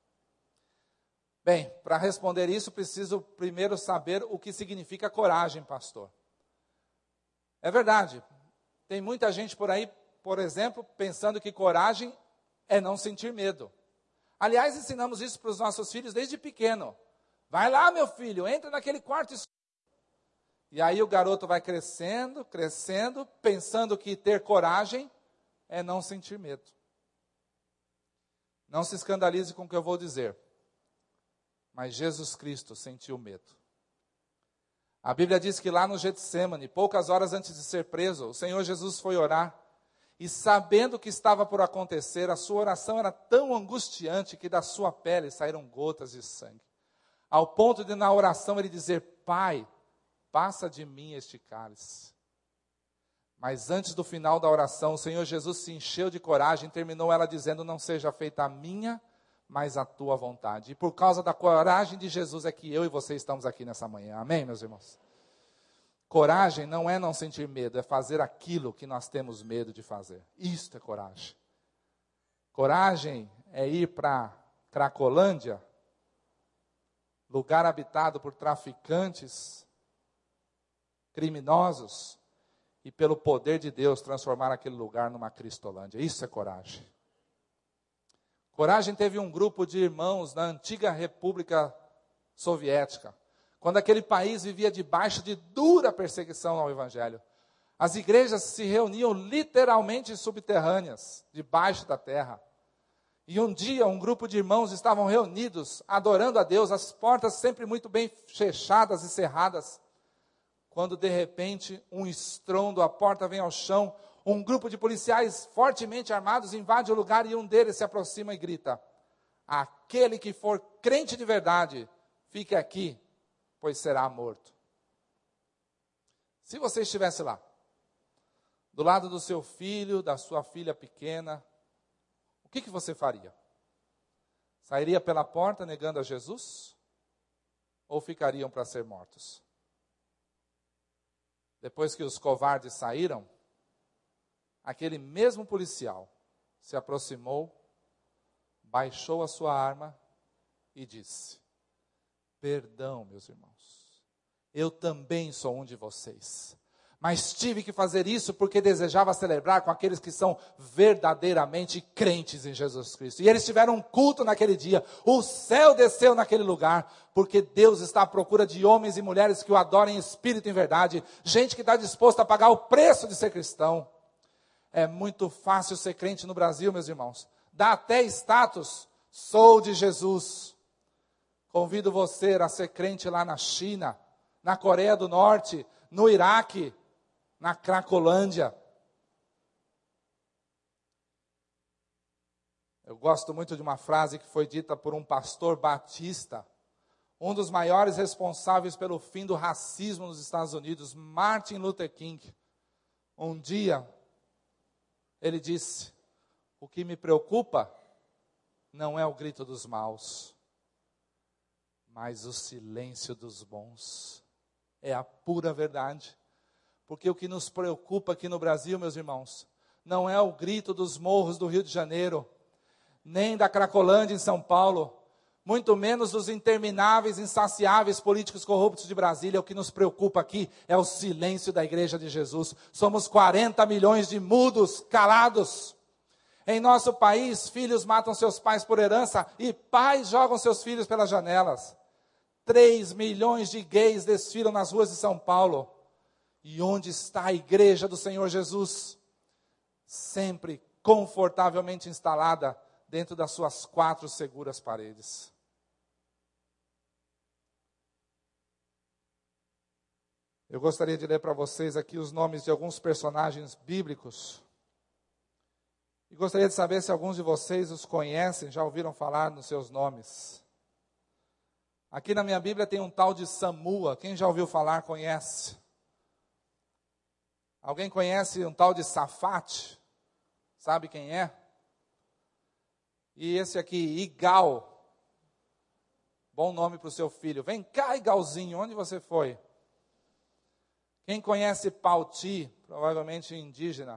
Bem, para responder isso, preciso primeiro saber o que significa coragem, pastor. É verdade. Tem muita gente por aí, por exemplo, pensando que coragem é não sentir medo. Aliás, ensinamos isso para os nossos filhos desde pequeno. Vai lá, meu filho, entra naquele quarto escuro. E aí o garoto vai crescendo, crescendo, pensando que ter coragem é não sentir medo. Não se escandalize com o que eu vou dizer. Mas Jesus Cristo sentiu medo. A Bíblia diz que lá no Getsêmani, poucas horas antes de ser preso, o Senhor Jesus foi orar. E sabendo o que estava por acontecer, a sua oração era tão angustiante que da sua pele saíram gotas de sangue. Ao ponto de na oração ele dizer, Pai, passa de mim este cálice. Mas antes do final da oração, o Senhor Jesus se encheu de coragem e terminou ela dizendo, não seja feita a minha, mas a tua vontade. E por causa da coragem de Jesus é que eu e você estamos aqui nessa manhã. Amém, meus irmãos? Coragem não é não sentir medo, é fazer aquilo que nós temos medo de fazer. Isto é coragem. Coragem é ir para Cracolândia, lugar habitado por traficantes, criminosos, e pelo poder de Deus transformar aquele lugar numa Cristolândia. Isso é coragem. Coragem teve um grupo de irmãos na antiga República Soviética, quando aquele país vivia debaixo de dura perseguição ao Evangelho. As igrejas se reuniam literalmente subterrâneas, debaixo da terra. E um dia um grupo de irmãos estavam reunidos, adorando a Deus, as portas sempre muito bem fechadas e cerradas, quando de repente um estrondo, a porta vem ao chão, um grupo de policiais fortemente armados invade o lugar e um deles se aproxima e grita: aquele que for crente de verdade, fique aqui, pois será morto. Se você estivesse lá, do lado do seu filho, da sua filha pequena, o que, que você faria? Sairia pela porta negando a Jesus? Ou ficariam para ser mortos? Depois que os covardes saíram, aquele mesmo policial se aproximou, baixou a sua arma e disse: perdão, meus irmãos, eu também sou um de vocês, mas tive que fazer isso porque desejava celebrar com aqueles que são verdadeiramente crentes em Jesus Cristo. E eles tiveram um culto naquele dia, o céu desceu naquele lugar, porque Deus está à procura de homens e mulheres que o adorem em espírito e em verdade, gente que está disposta a pagar o preço de ser cristão. É muito fácil ser crente no Brasil, meus irmãos. Dá até status, sou de Jesus. Convido você a ser crente lá na China, na Coreia do Norte, no Iraque, na Cracolândia. Eu gosto muito de uma frase que foi dita por um pastor batista, um dos maiores responsáveis pelo fim do racismo nos Estados Unidos, Martin Luther King. Um dia, ele disse: o que me preocupa não é o grito dos maus, mas o silêncio dos bons. É a pura verdade. Porque o que nos preocupa aqui no Brasil, meus irmãos, não é o grito dos morros do Rio de Janeiro, nem da Cracolândia em São Paulo, muito menos dos intermináveis, insaciáveis políticos corruptos de Brasília. O que nos preocupa aqui é o silêncio da Igreja de Jesus. Somos quarenta milhões de mudos, calados. Em nosso país, filhos matam seus pais por herança e pais jogam seus filhos pelas janelas. três milhões de gays desfilam nas ruas de São Paulo. E onde está a Igreja do Senhor Jesus? Sempre confortavelmente instalada dentro das suas quatro seguras paredes. Eu gostaria de ler para vocês aqui os nomes de alguns personagens bíblicos. E gostaria de saber se alguns de vocês os conhecem, já ouviram falar nos seus nomes. Aqui na minha Bíblia tem um tal de Samua. Quem já ouviu falar, conhece. Alguém conhece um tal de Safate? Sabe quem é? E esse aqui, Igal. Bom nome para o seu filho. Vem cá, Igalzinho, onde você foi? Quem conhece Pauti? Provavelmente indígena.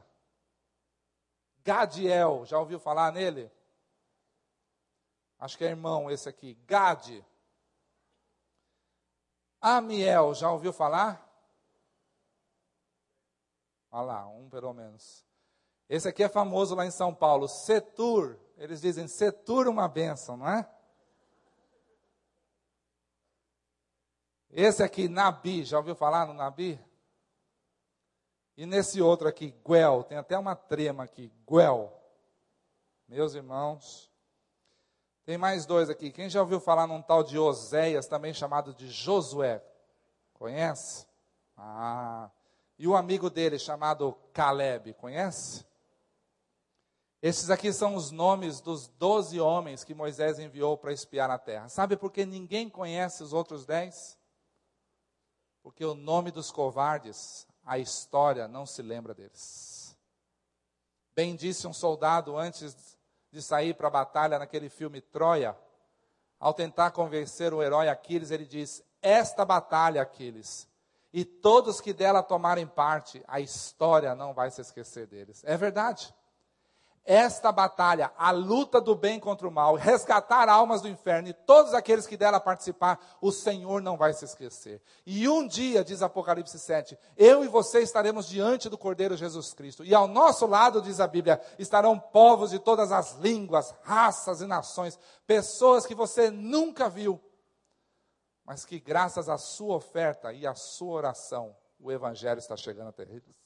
Gadiel, já ouviu falar nele? Acho que é irmão esse aqui. Gade. Amiel, já ouviu falar? Olha lá, um pelo menos. Esse aqui é famoso lá em São Paulo. Setur, eles dizem Setur uma bênção, não é? Esse aqui, Nabi, já ouviu falar no Nabi? E nesse outro aqui, Guel, tem até uma trema aqui, Guel. Meus irmãos. Tem mais dois aqui. Quem já ouviu falar num tal de Oséias, também chamado de Josué? Conhece? Ah. E o amigo dele, chamado Caleb, conhece? Esses aqui são os nomes dos doze homens que Moisés enviou para espiar a terra. Sabe por que ninguém conhece os outros dez? Porque o nome dos covardes, a história não se lembra deles. Bem disse um soldado antes de sair para a batalha naquele filme Troia, ao tentar convencer o herói Aquiles, ele diz: esta batalha, Aquiles, e todos que dela tomarem parte, a história não vai se esquecer deles. É verdade. Esta batalha, a luta do bem contra o mal, resgatar almas do inferno e todos aqueles que dela participar, o Senhor não vai se esquecer. E um dia, diz Apocalipse sete, eu e você estaremos diante do Cordeiro Jesus Cristo. E ao nosso lado, diz a Bíblia, estarão povos de todas as línguas, raças e nações, pessoas que você nunca viu, mas que graças à sua oferta e à sua oração, o Evangelho está chegando até eles.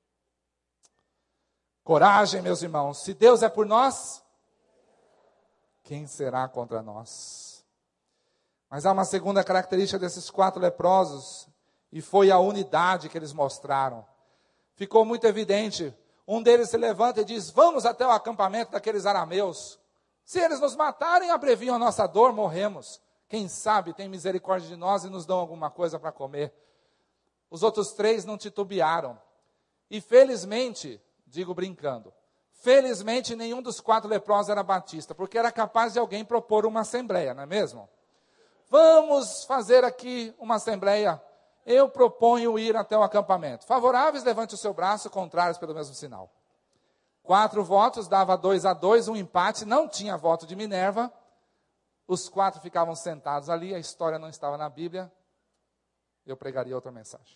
Coragem, meus irmãos, se Deus é por nós, quem será contra nós? Mas há uma segunda característica desses quatro leprosos, e foi a unidade que eles mostraram. Ficou muito evidente, um deles se levanta e diz, vamos até o acampamento daqueles arameus. Se eles nos matarem, abreviam a nossa dor, morremos. Quem sabe tem misericórdia de nós e nos dão alguma coisa para comer. Os outros três não titubearam. E felizmente, digo brincando, felizmente nenhum dos quatro leprosos era batista, porque era capaz de alguém propor uma assembleia, não é mesmo? Vamos fazer aqui uma assembleia. Eu proponho ir até o acampamento. Favoráveis, levante o seu braço, contrários pelo mesmo sinal. Quatro votos, dava dois a dois, um empate, não tinha voto de Minerva. Os quatro ficavam sentados ali, a história não estava na Bíblia. Eu pregaria outra mensagem.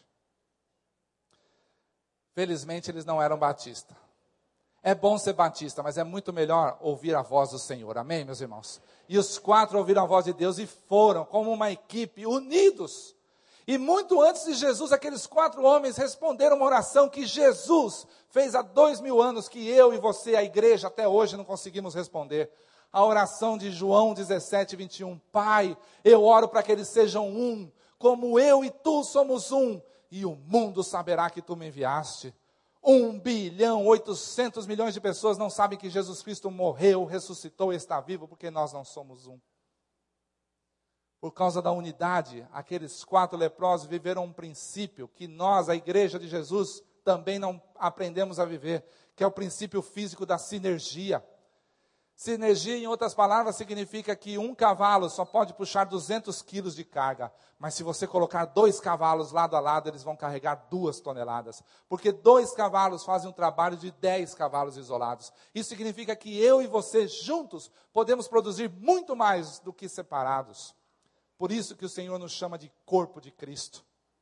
Felizmente eles não eram batistas. É bom ser batista, mas é muito melhor ouvir a voz do Senhor. Amém, meus irmãos? E os quatro ouviram a voz de Deus e foram, como uma equipe, unidos. E muito antes de Jesus, aqueles quatro homens responderam uma oração que Jesus fez há dois mil anos, que eu e você, a igreja, até hoje não conseguimos responder. A oração de João dezessete, vinte e um. Pai, eu oro para que eles sejam um, como eu e tu somos um, e o mundo saberá que tu me enviaste. Um bilhão, oitocentos milhões de pessoas não sabem que Jesus Cristo morreu, ressuscitou e está vivo, porque nós não somos um. Por causa da unidade, aqueles quatro leprosos viveram um princípio que nós, a igreja de Jesus, também não aprendemos a viver, que é o princípio físico da sinergia. Sinergia, em outras palavras, significa que um cavalo só pode puxar duzentos quilos de carga, mas se você colocar dois cavalos lado a lado, eles vão carregar duas toneladas, porque dois cavalos fazem um trabalho de dez cavalos isolados. Isso significa que eu e você juntos podemos produzir muito mais do que separados. Por isso que o Senhor nos chama de corpo de Cristo.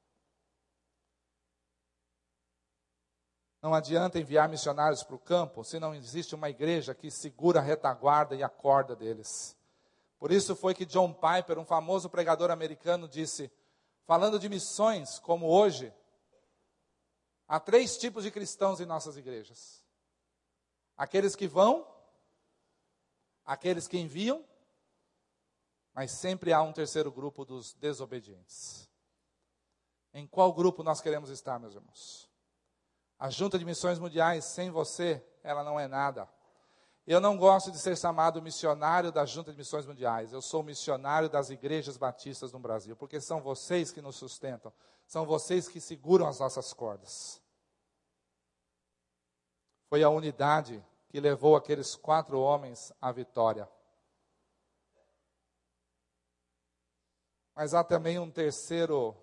Não adianta enviar missionários para o campo se não existe uma igreja que segura a retaguarda e a corda deles. Por isso foi que John Piper, um famoso pregador americano, disse, falando de missões como hoje, há três tipos de cristãos em nossas igrejas. Aqueles que vão, aqueles que enviam, mas sempre há um terceiro grupo dos desobedientes. Em qual grupo nós queremos estar, meus irmãos? A Junta de Missões Mundiais, sem você, ela não é nada. Eu não gosto de ser chamado missionário da Junta de Missões Mundiais. Eu sou missionário das igrejas batistas no Brasil, porque são vocês que nos sustentam. São vocês que seguram as nossas cordas. Foi a unidade que levou aqueles quatro homens à vitória. Mas há também um terceiro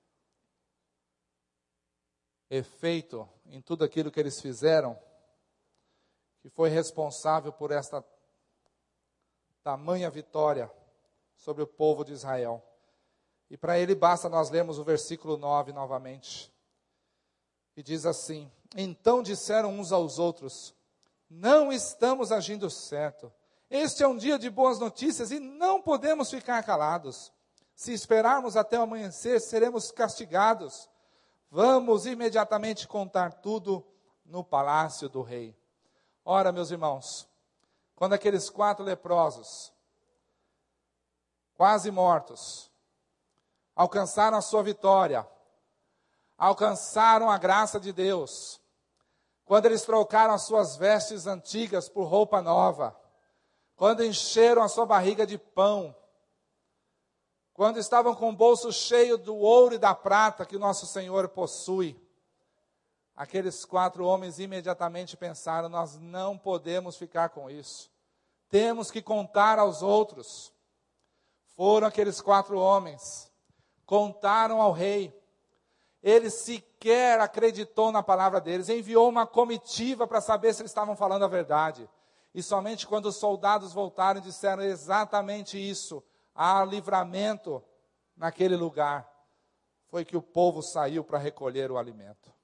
efeito em tudo aquilo que eles fizeram, que foi responsável por esta tamanha vitória sobre o povo de Israel. E para ele basta nós lermos o versículo nove novamente. E diz assim, então disseram uns aos outros, não estamos agindo certo. Este é um dia de boas notícias e não podemos ficar calados. Se esperarmos até o amanhecer, seremos castigados. Vamos imediatamente contar tudo no palácio do rei. Ora, meus irmãos, quando aqueles quatro leprosos, quase mortos, alcançaram a sua vitória, alcançaram a graça de Deus, quando eles trocaram as suas vestes antigas por roupa nova, quando encheram a sua barriga de pão, quando estavam com o bolso cheio do ouro e da prata que o nosso Senhor possui, aqueles quatro homens imediatamente pensaram, nós não podemos ficar com isso. Temos que contar aos outros. Foram aqueles quatro homens, contaram ao rei. ele sequer acreditou na palavra deles, enviou uma comitiva para saber se eles estavam falando a verdade. E somente quando os soldados voltaram e disseram exatamente isso, há livramento naquele lugar, foi que o povo saiu para recolher o alimento.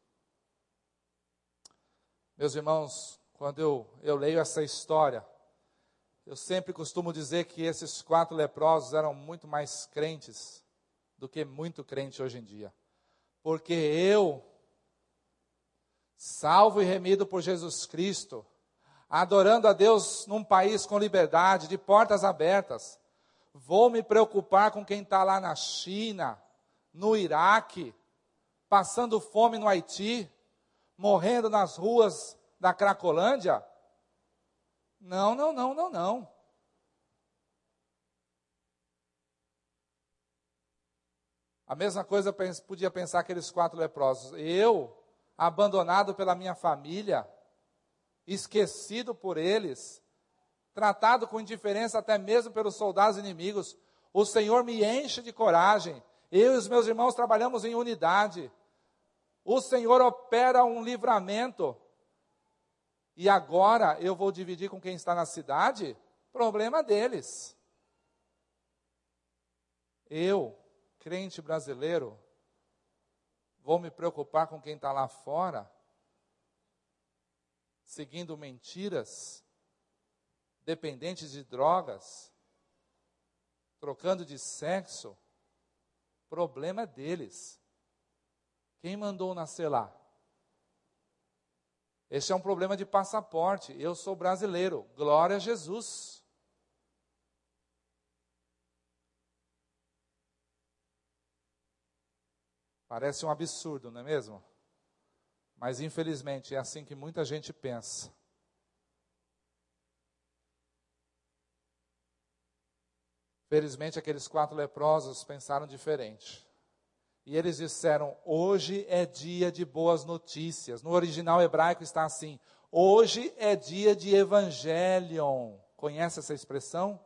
Meus irmãos, quando eu, eu leio essa história, eu sempre costumo dizer que esses quatro leprosos eram muito mais crentes do que muito crente hoje em dia. Porque eu, salvo e remido por Jesus Cristo, adorando a Deus num país com liberdade, de portas abertas, vou me preocupar com quem está lá na China, no Iraque, passando fome no Haiti, morrendo nas ruas da Cracolândia? Não, não, não, não, não. A mesma coisa eu podia pensar aqueles quatro leprosos. Eu, abandonado pela minha família, esquecido por eles, tratado com indiferença até mesmo pelos soldados inimigos, o Senhor me enche de coragem. Eu e os meus irmãos trabalhamos em unidade. O Senhor opera um livramento. E agora eu vou dividir com quem está na cidade? Problema deles. Eu, crente brasileiro, vou me preocupar com quem está lá fora, seguindo mentiras, dependentes de drogas, trocando de sexo. Problema deles. Quem mandou nascer lá? Esse é um problema de passaporte. Eu sou brasileiro. Glória a Jesus. Parece um absurdo, não é mesmo? Mas infelizmente é assim que muita gente pensa. Felizmente aqueles quatro leprosos pensaram diferente. E eles disseram, hoje é dia de boas notícias. No original hebraico está assim, hoje é dia de evangelion. Conhece essa expressão?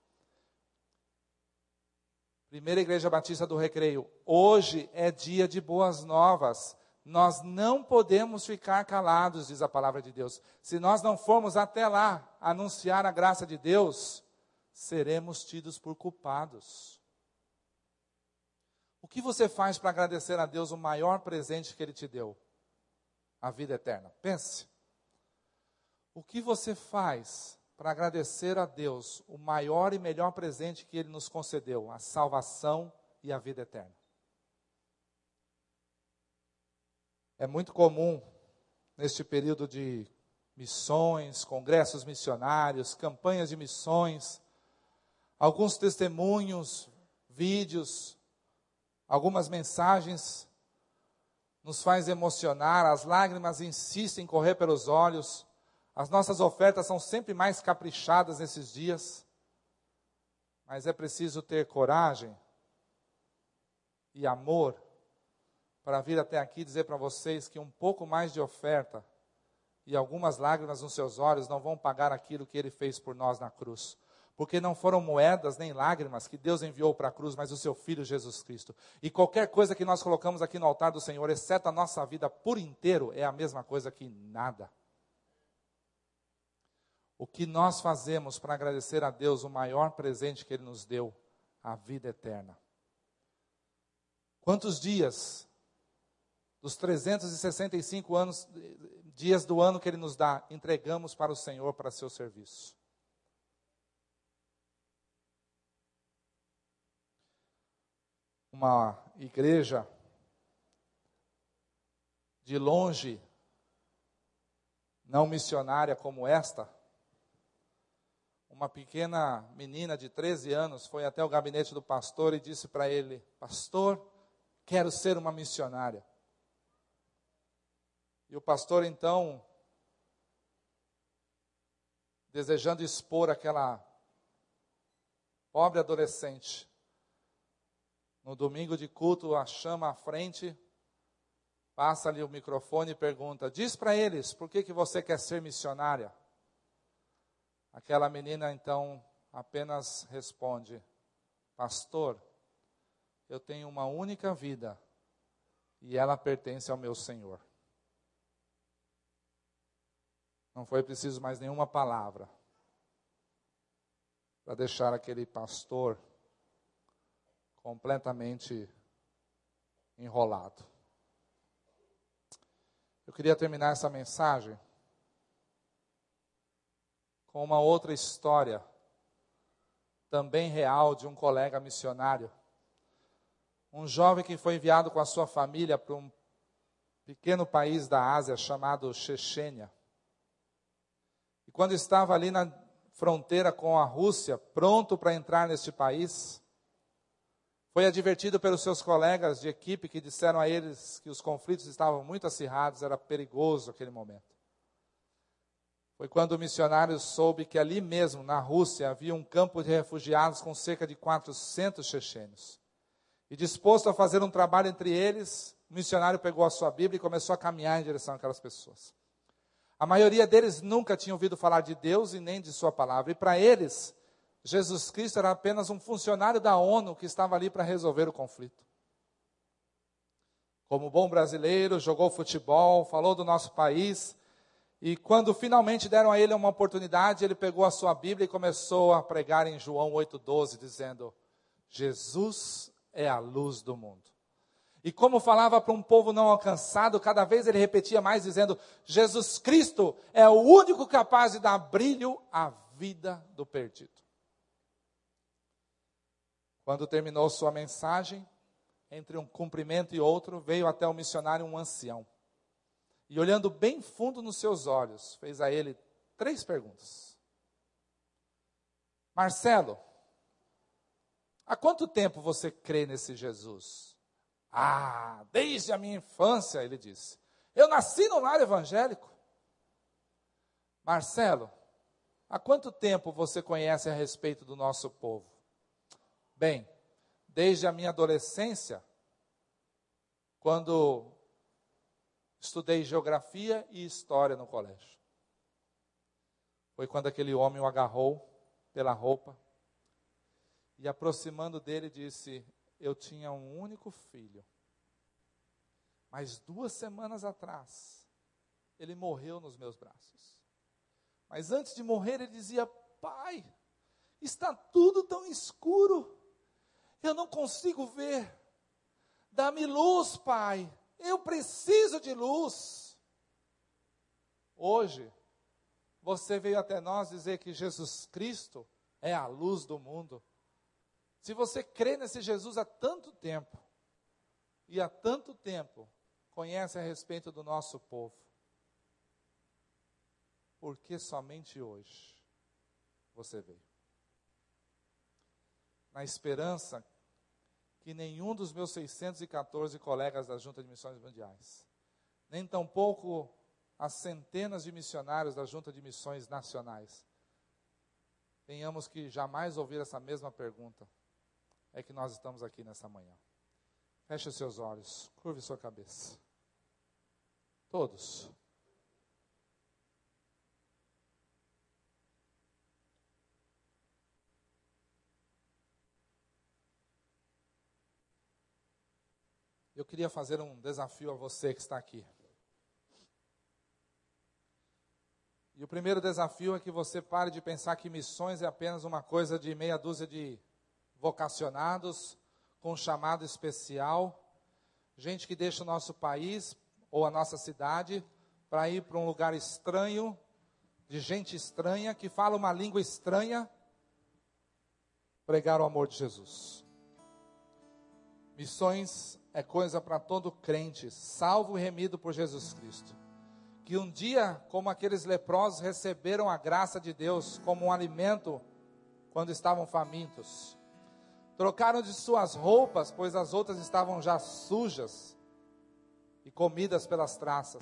Primeira Igreja Batista do Recreio, hoje é dia de boas novas. Nós não podemos ficar calados, diz a palavra de Deus. Se nós não formos até lá anunciar a graça de Deus, seremos tidos por culpados. O que você faz para agradecer a Deus o maior presente que Ele te deu? A vida eterna. Pense. O que você faz para agradecer a Deus o maior e melhor presente que Ele nos concedeu? A salvação e a vida eterna. É muito comum, neste período de missões, congressos missionários, campanhas de missões, alguns testemunhos, vídeos, algumas mensagens nos faz emocionar, as lágrimas insistem em correr pelos olhos, as nossas ofertas são sempre mais caprichadas nesses dias, mas é preciso ter coragem e amor para vir até aqui dizer para vocês que um pouco mais de oferta e algumas lágrimas nos seus olhos não vão pagar aquilo que Ele fez por nós na cruz. Porque não foram moedas nem lágrimas que Deus enviou para a cruz, mas o seu Filho Jesus Cristo. E qualquer coisa que nós colocamos aqui no altar do Senhor, exceto a nossa vida por inteiro, é a mesma coisa que nada. O que nós fazemos para agradecer a Deus o maior presente que Ele nos deu? A vida eterna. Quantos dias, dos trezentos e sessenta e cinco anos, dias do ano que Ele nos dá, entregamos para o Senhor para seu serviço? Uma igreja de longe, não missionária como esta, uma pequena menina de treze anos foi até o gabinete do pastor e disse para ele, pastor, quero ser uma missionária. E o pastor então, desejando expor aquela pobre adolescente, no domingo de culto, a chama à frente, passa-lhe o microfone e pergunta, diz para eles, por que, que você quer ser missionária? Aquela menina então apenas responde, pastor, eu tenho uma única vida e ela pertence ao meu Senhor. Não foi preciso mais nenhuma palavra para deixar aquele pastor completamente enrolado. Eu queria terminar essa mensagem com uma outra história, também real, de um colega missionário. Um jovem que foi enviado com a sua família para um pequeno país da Ásia chamado Chechênia. E quando estava ali na fronteira com a Rússia, pronto para entrar neste país, foi advertido pelos seus colegas de equipe que disseram a eles que os conflitos estavam muito acirrados, era perigoso aquele momento. Foi quando o missionário soube que ali mesmo, na Rússia, havia um campo de refugiados com cerca de quatrocentos chechênios. E disposto a fazer um trabalho entre eles, o missionário pegou a sua Bíblia e começou a caminhar em direção àquelas pessoas. A maioria deles nunca tinha ouvido falar de Deus e nem de sua palavra. E para eles, Jesus Cristo era apenas um funcionário da ONU que estava ali para resolver o conflito. Como bom brasileiro, jogou futebol, falou do nosso país. E quando finalmente deram a ele uma oportunidade, ele pegou a sua Bíblia e começou a pregar em João oito, doze, dizendo: Jesus é a luz do mundo. E como falava para um povo não alcançado, cada vez ele repetia mais, dizendo: Jesus Cristo é o único capaz de dar brilho à vida do perdido. Quando terminou sua mensagem, entre um cumprimento e outro, veio até o missionário um ancião. E olhando bem fundo nos seus olhos, fez a ele três perguntas. Marcelo, há quanto tempo você crê nesse Jesus? Ah, desde a minha infância, ele disse. Eu nasci num lar evangélico. Marcelo, há quanto tempo você conhece a respeito do nosso povo? Bem, desde a minha adolescência, quando estudei geografia e história no colégio. Foi quando aquele homem o agarrou pela roupa e, aproximando dele, disse: eu tinha um único filho, mas duas semanas atrás ele morreu nos meus braços. Mas antes de morrer ele dizia: pai, está tudo tão escuro, eu não consigo ver, dá-me luz, pai, eu preciso de luz. Hoje, você veio até nós dizer que Jesus Cristo é a luz do mundo. Se você crê nesse Jesus há tanto tempo, e há tanto tempo conhece a respeito do nosso povo, por que somente hoje você veio? Na esperança que nenhum dos meus seiscentos e quatorze colegas da Junta de Missões Mundiais, nem tampouco as centenas de missionários da Junta de Missões Nacionais, tenhamos que jamais ouvir essa mesma pergunta, é que nós estamos aqui nessa manhã. Feche os seus olhos, curve sua cabeça. Todos. Eu queria fazer um desafio a você que está aqui. E o primeiro desafio é que você pare de pensar que missões é apenas uma coisa de meia dúzia de vocacionados, com um chamado especial, gente que deixa o nosso país ou a nossa cidade para ir para um lugar estranho, de gente estranha, que fala uma língua estranha, pregar o amor de Jesus. Missões é coisa para todo crente, salvo e remido por Jesus Cristo, que um dia, como aqueles leprosos, receberam a graça de Deus como um alimento quando estavam famintos. Trocaram de suas roupas, pois as outras estavam já sujas e comidas pelas traças.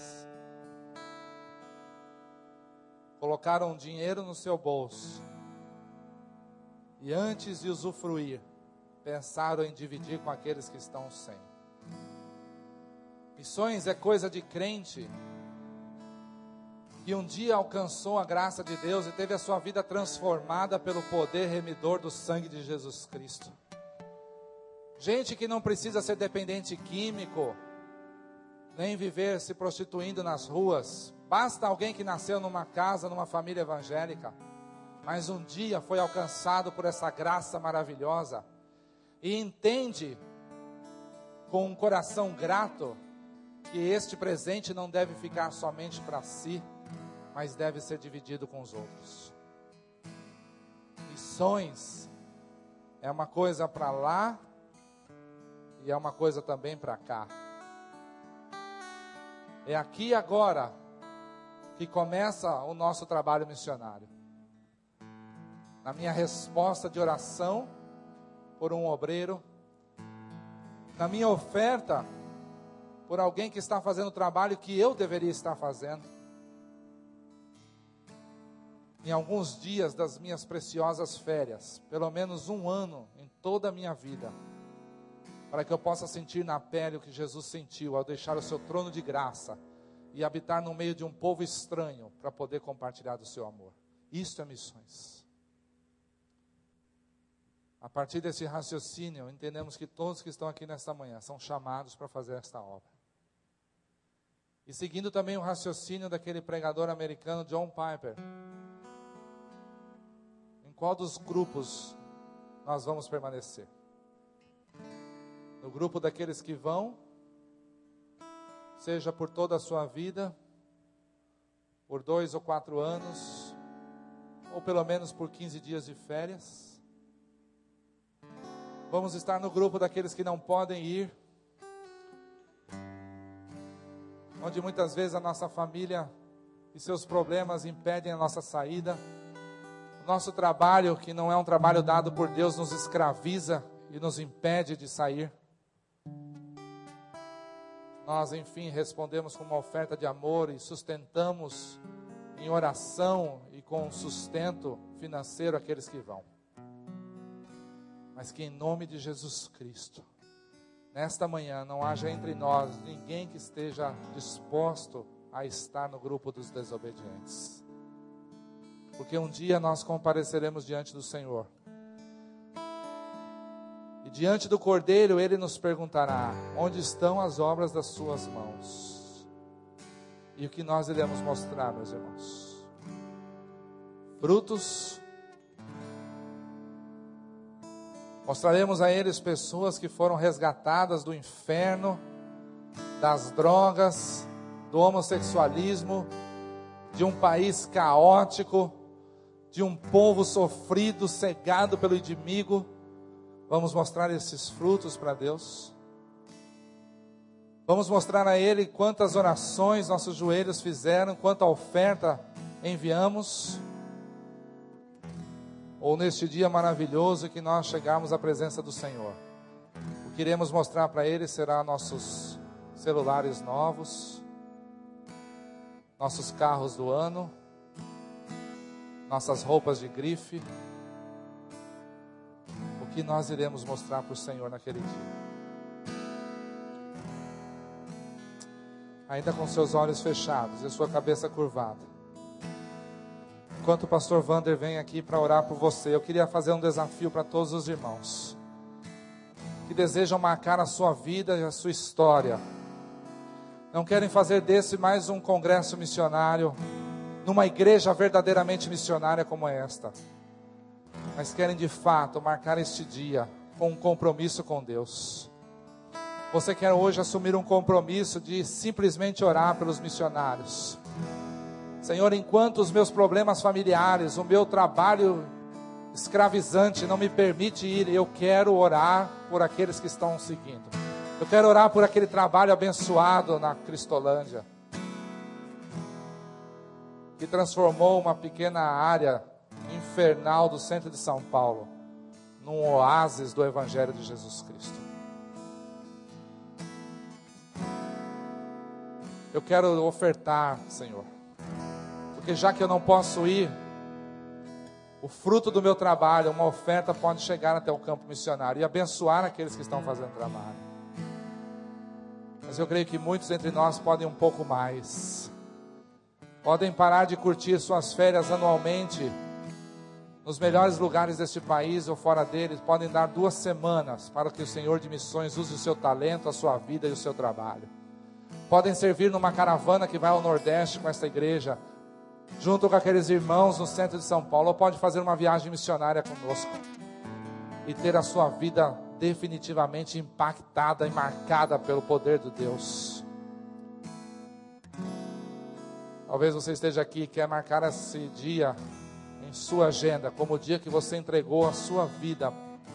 Colocaram dinheiro no seu bolso e, antes de usufruir, pensaram em dividir com aqueles que estão sem. Missões é coisa de crente que um dia alcançou a graça de Deus e teve a sua vida transformada pelo poder remidor do sangue de Jesus Cristo. Gente que não precisa ser dependente químico, nem viver se prostituindo nas ruas. Basta alguém que nasceu numa casa, numa família evangélica, mas um dia foi alcançado por essa graça maravilhosa e entende com um coração grato que este presente não deve ficar somente para si, mas deve ser dividido com os outros. Missões é uma coisa para lá e é uma coisa também para cá. É aqui e agora que começa o nosso trabalho missionário. Na minha resposta de oração por um obreiro, na minha oferta por alguém que está fazendo o trabalho que eu deveria estar fazendo, em alguns dias das minhas preciosas férias, pelo menos um ano em toda a minha vida, para que eu possa sentir na pele o que Jesus sentiu ao deixar o seu trono de graça e habitar no meio de um povo estranho para poder compartilhar do seu amor. Isto é missões. A partir desse raciocínio, entendemos que todos que estão aqui nesta manhã são chamados para fazer esta obra. E seguindo também o raciocínio daquele pregador americano John Piper, em qual dos grupos nós vamos permanecer? No grupo daqueles que vão, seja por toda a sua vida, por dois ou quatro anos, ou pelo menos por quinze dias de férias? Vamos estar no grupo daqueles que não podem ir, onde muitas vezes a nossa família e seus problemas impedem a nossa saída. O nosso trabalho, que não é um trabalho dado por Deus, nos escraviza e nos impede de sair. Nós, enfim, respondemos com uma oferta de amor e sustentamos em oração e com sustento financeiro aqueles que vão. Mas que em nome de Jesus Cristo, nesta manhã não haja entre nós ninguém que esteja disposto a estar no grupo dos desobedientes. Porque um dia nós compareceremos diante do Senhor. E diante do Cordeiro Ele nos perguntará: onde estão as obras das suas mãos? E o que nós iremos mostrar, meus irmãos? Frutos. Mostraremos a eles pessoas que foram resgatadas do inferno, das drogas, do homossexualismo, de um país caótico, de um povo sofrido, cegado pelo inimigo. Vamos mostrar esses frutos para Deus. Vamos mostrar a Ele quantas orações nossos joelhos fizeram, quanta oferta enviamos. Ou neste dia maravilhoso que nós chegamos à presença do Senhor, o que iremos mostrar para Ele será nossos celulares novos, nossos carros do ano, nossas roupas de grife. O que nós iremos mostrar para o Senhor naquele dia? Ainda com seus olhos fechados e sua cabeça curvada, enquanto o pastor Wander vem aqui para orar por você, eu queria fazer um desafio para todos os irmãos que desejam marcar a sua vida e a sua história. Não querem fazer desse mais um congresso missionário, numa igreja verdadeiramente missionária como esta, mas querem de fato marcar este dia com um compromisso com Deus. Você quer hoje assumir um compromisso de simplesmente orar pelos missionários. Senhor, enquanto os meus problemas familiares, o meu trabalho escravizante não me permite ir, eu quero orar por aqueles que estão seguindo. Eu quero orar por aquele trabalho abençoado na Cristolândia, que transformou uma pequena área infernal do centro de São Paulo num oásis do Evangelho de Jesus Cristo. Eu quero ofertar, Senhor, porque já que eu não posso ir, o fruto do meu trabalho, uma oferta pode chegar até o campo missionário e abençoar aqueles que estão fazendo trabalho. Mas eu creio que muitos entre nós podem um pouco mais. Podem parar de curtir suas férias anualmente nos melhores lugares deste país ou fora deles. Podem dar duas semanas para que o Senhor de missões use o seu talento, a sua vida e o seu trabalho. podem servir numa caravana que vai ao Nordeste com essa igreja, junto com aqueles irmãos no centro de São Paulo, ou pode fazer uma viagem missionária conosco e ter a sua vida definitivamente impactada e marcada pelo poder de Deus. Talvez você esteja aqui e quer marcar esse dia em sua agenda como o dia que você entregou a sua vida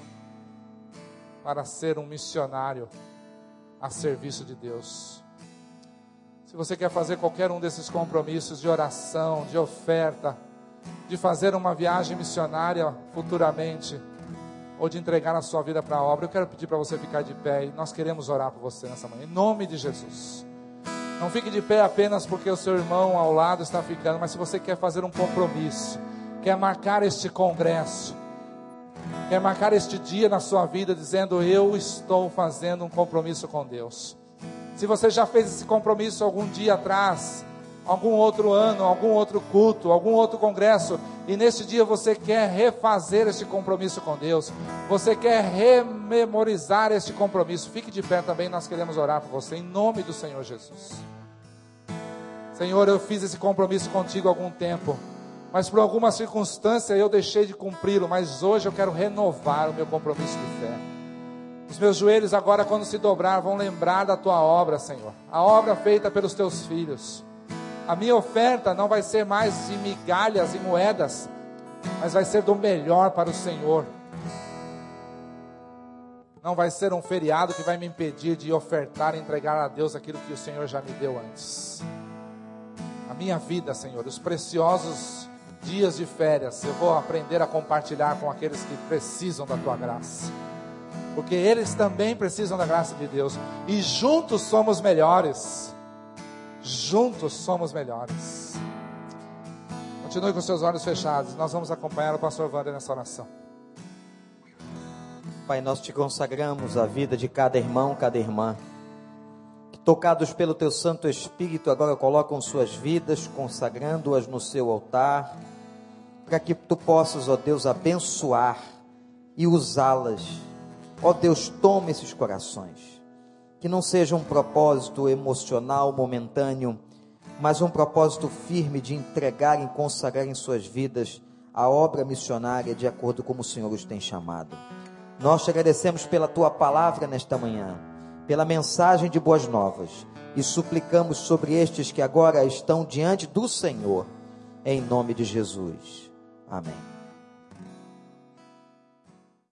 para ser um missionário a serviço de Deus. Se você quer fazer qualquer um desses compromissos de oração, de oferta, de fazer uma viagem missionária futuramente, ou de entregar a sua vida para a obra, eu quero pedir para você ficar de pé, e nós queremos orar por você nessa manhã, em nome de Jesus. Não fique de pé apenas porque o seu irmão ao lado está ficando, mas se você quer fazer um compromisso, quer marcar este congresso, quer marcar este dia na sua vida, dizendo: eu estou fazendo um compromisso com Deus. Se você já fez esse compromisso algum dia atrás, algum outro ano, algum outro culto, algum outro congresso, e neste dia você quer refazer este compromisso com Deus, você quer rememorizar este compromisso, fique de pé também, nós queremos orar por você, em nome do Senhor Jesus. Senhor, eu fiz esse compromisso contigo há algum tempo, mas por alguma circunstância eu deixei de cumpri-lo, mas hoje eu quero renovar o meu compromisso de fé. Os meus joelhos agora, quando se dobrar, vão lembrar da tua obra, Senhor, a obra feita pelos teus filhos. A minha oferta não vai ser mais de migalhas e moedas, mas vai ser do melhor para o Senhor. Não vai ser um feriado que vai me impedir de ofertar e entregar a Deus aquilo que o Senhor já me deu antes. A minha vida, Senhor, os preciosos dias de férias, eu vou aprender a compartilhar com aqueles que precisam da tua graça, porque eles também precisam da graça de Deus, e juntos somos melhores. Juntos somos melhores. Continue com seus olhos fechados. Nós vamos acompanhar o pastor Wander nessa oração. Pai, nós te consagramos a vida de cada irmão, cada irmã, que tocados pelo teu Santo Espírito agora colocam suas vidas, consagrando-as no seu altar, para que tu possas, ó Deus, abençoar e usá-las. Ó Deus, toma esses corações, que não seja um propósito emocional, momentâneo, mas um propósito firme de entregar e consagrar em suas vidas a obra missionária de acordo com o Senhor os tem chamado. Nós te agradecemos pela tua palavra nesta manhã, pela mensagem de boas novas, e suplicamos sobre estes que agora estão diante do Senhor, em nome de Jesus. Amém.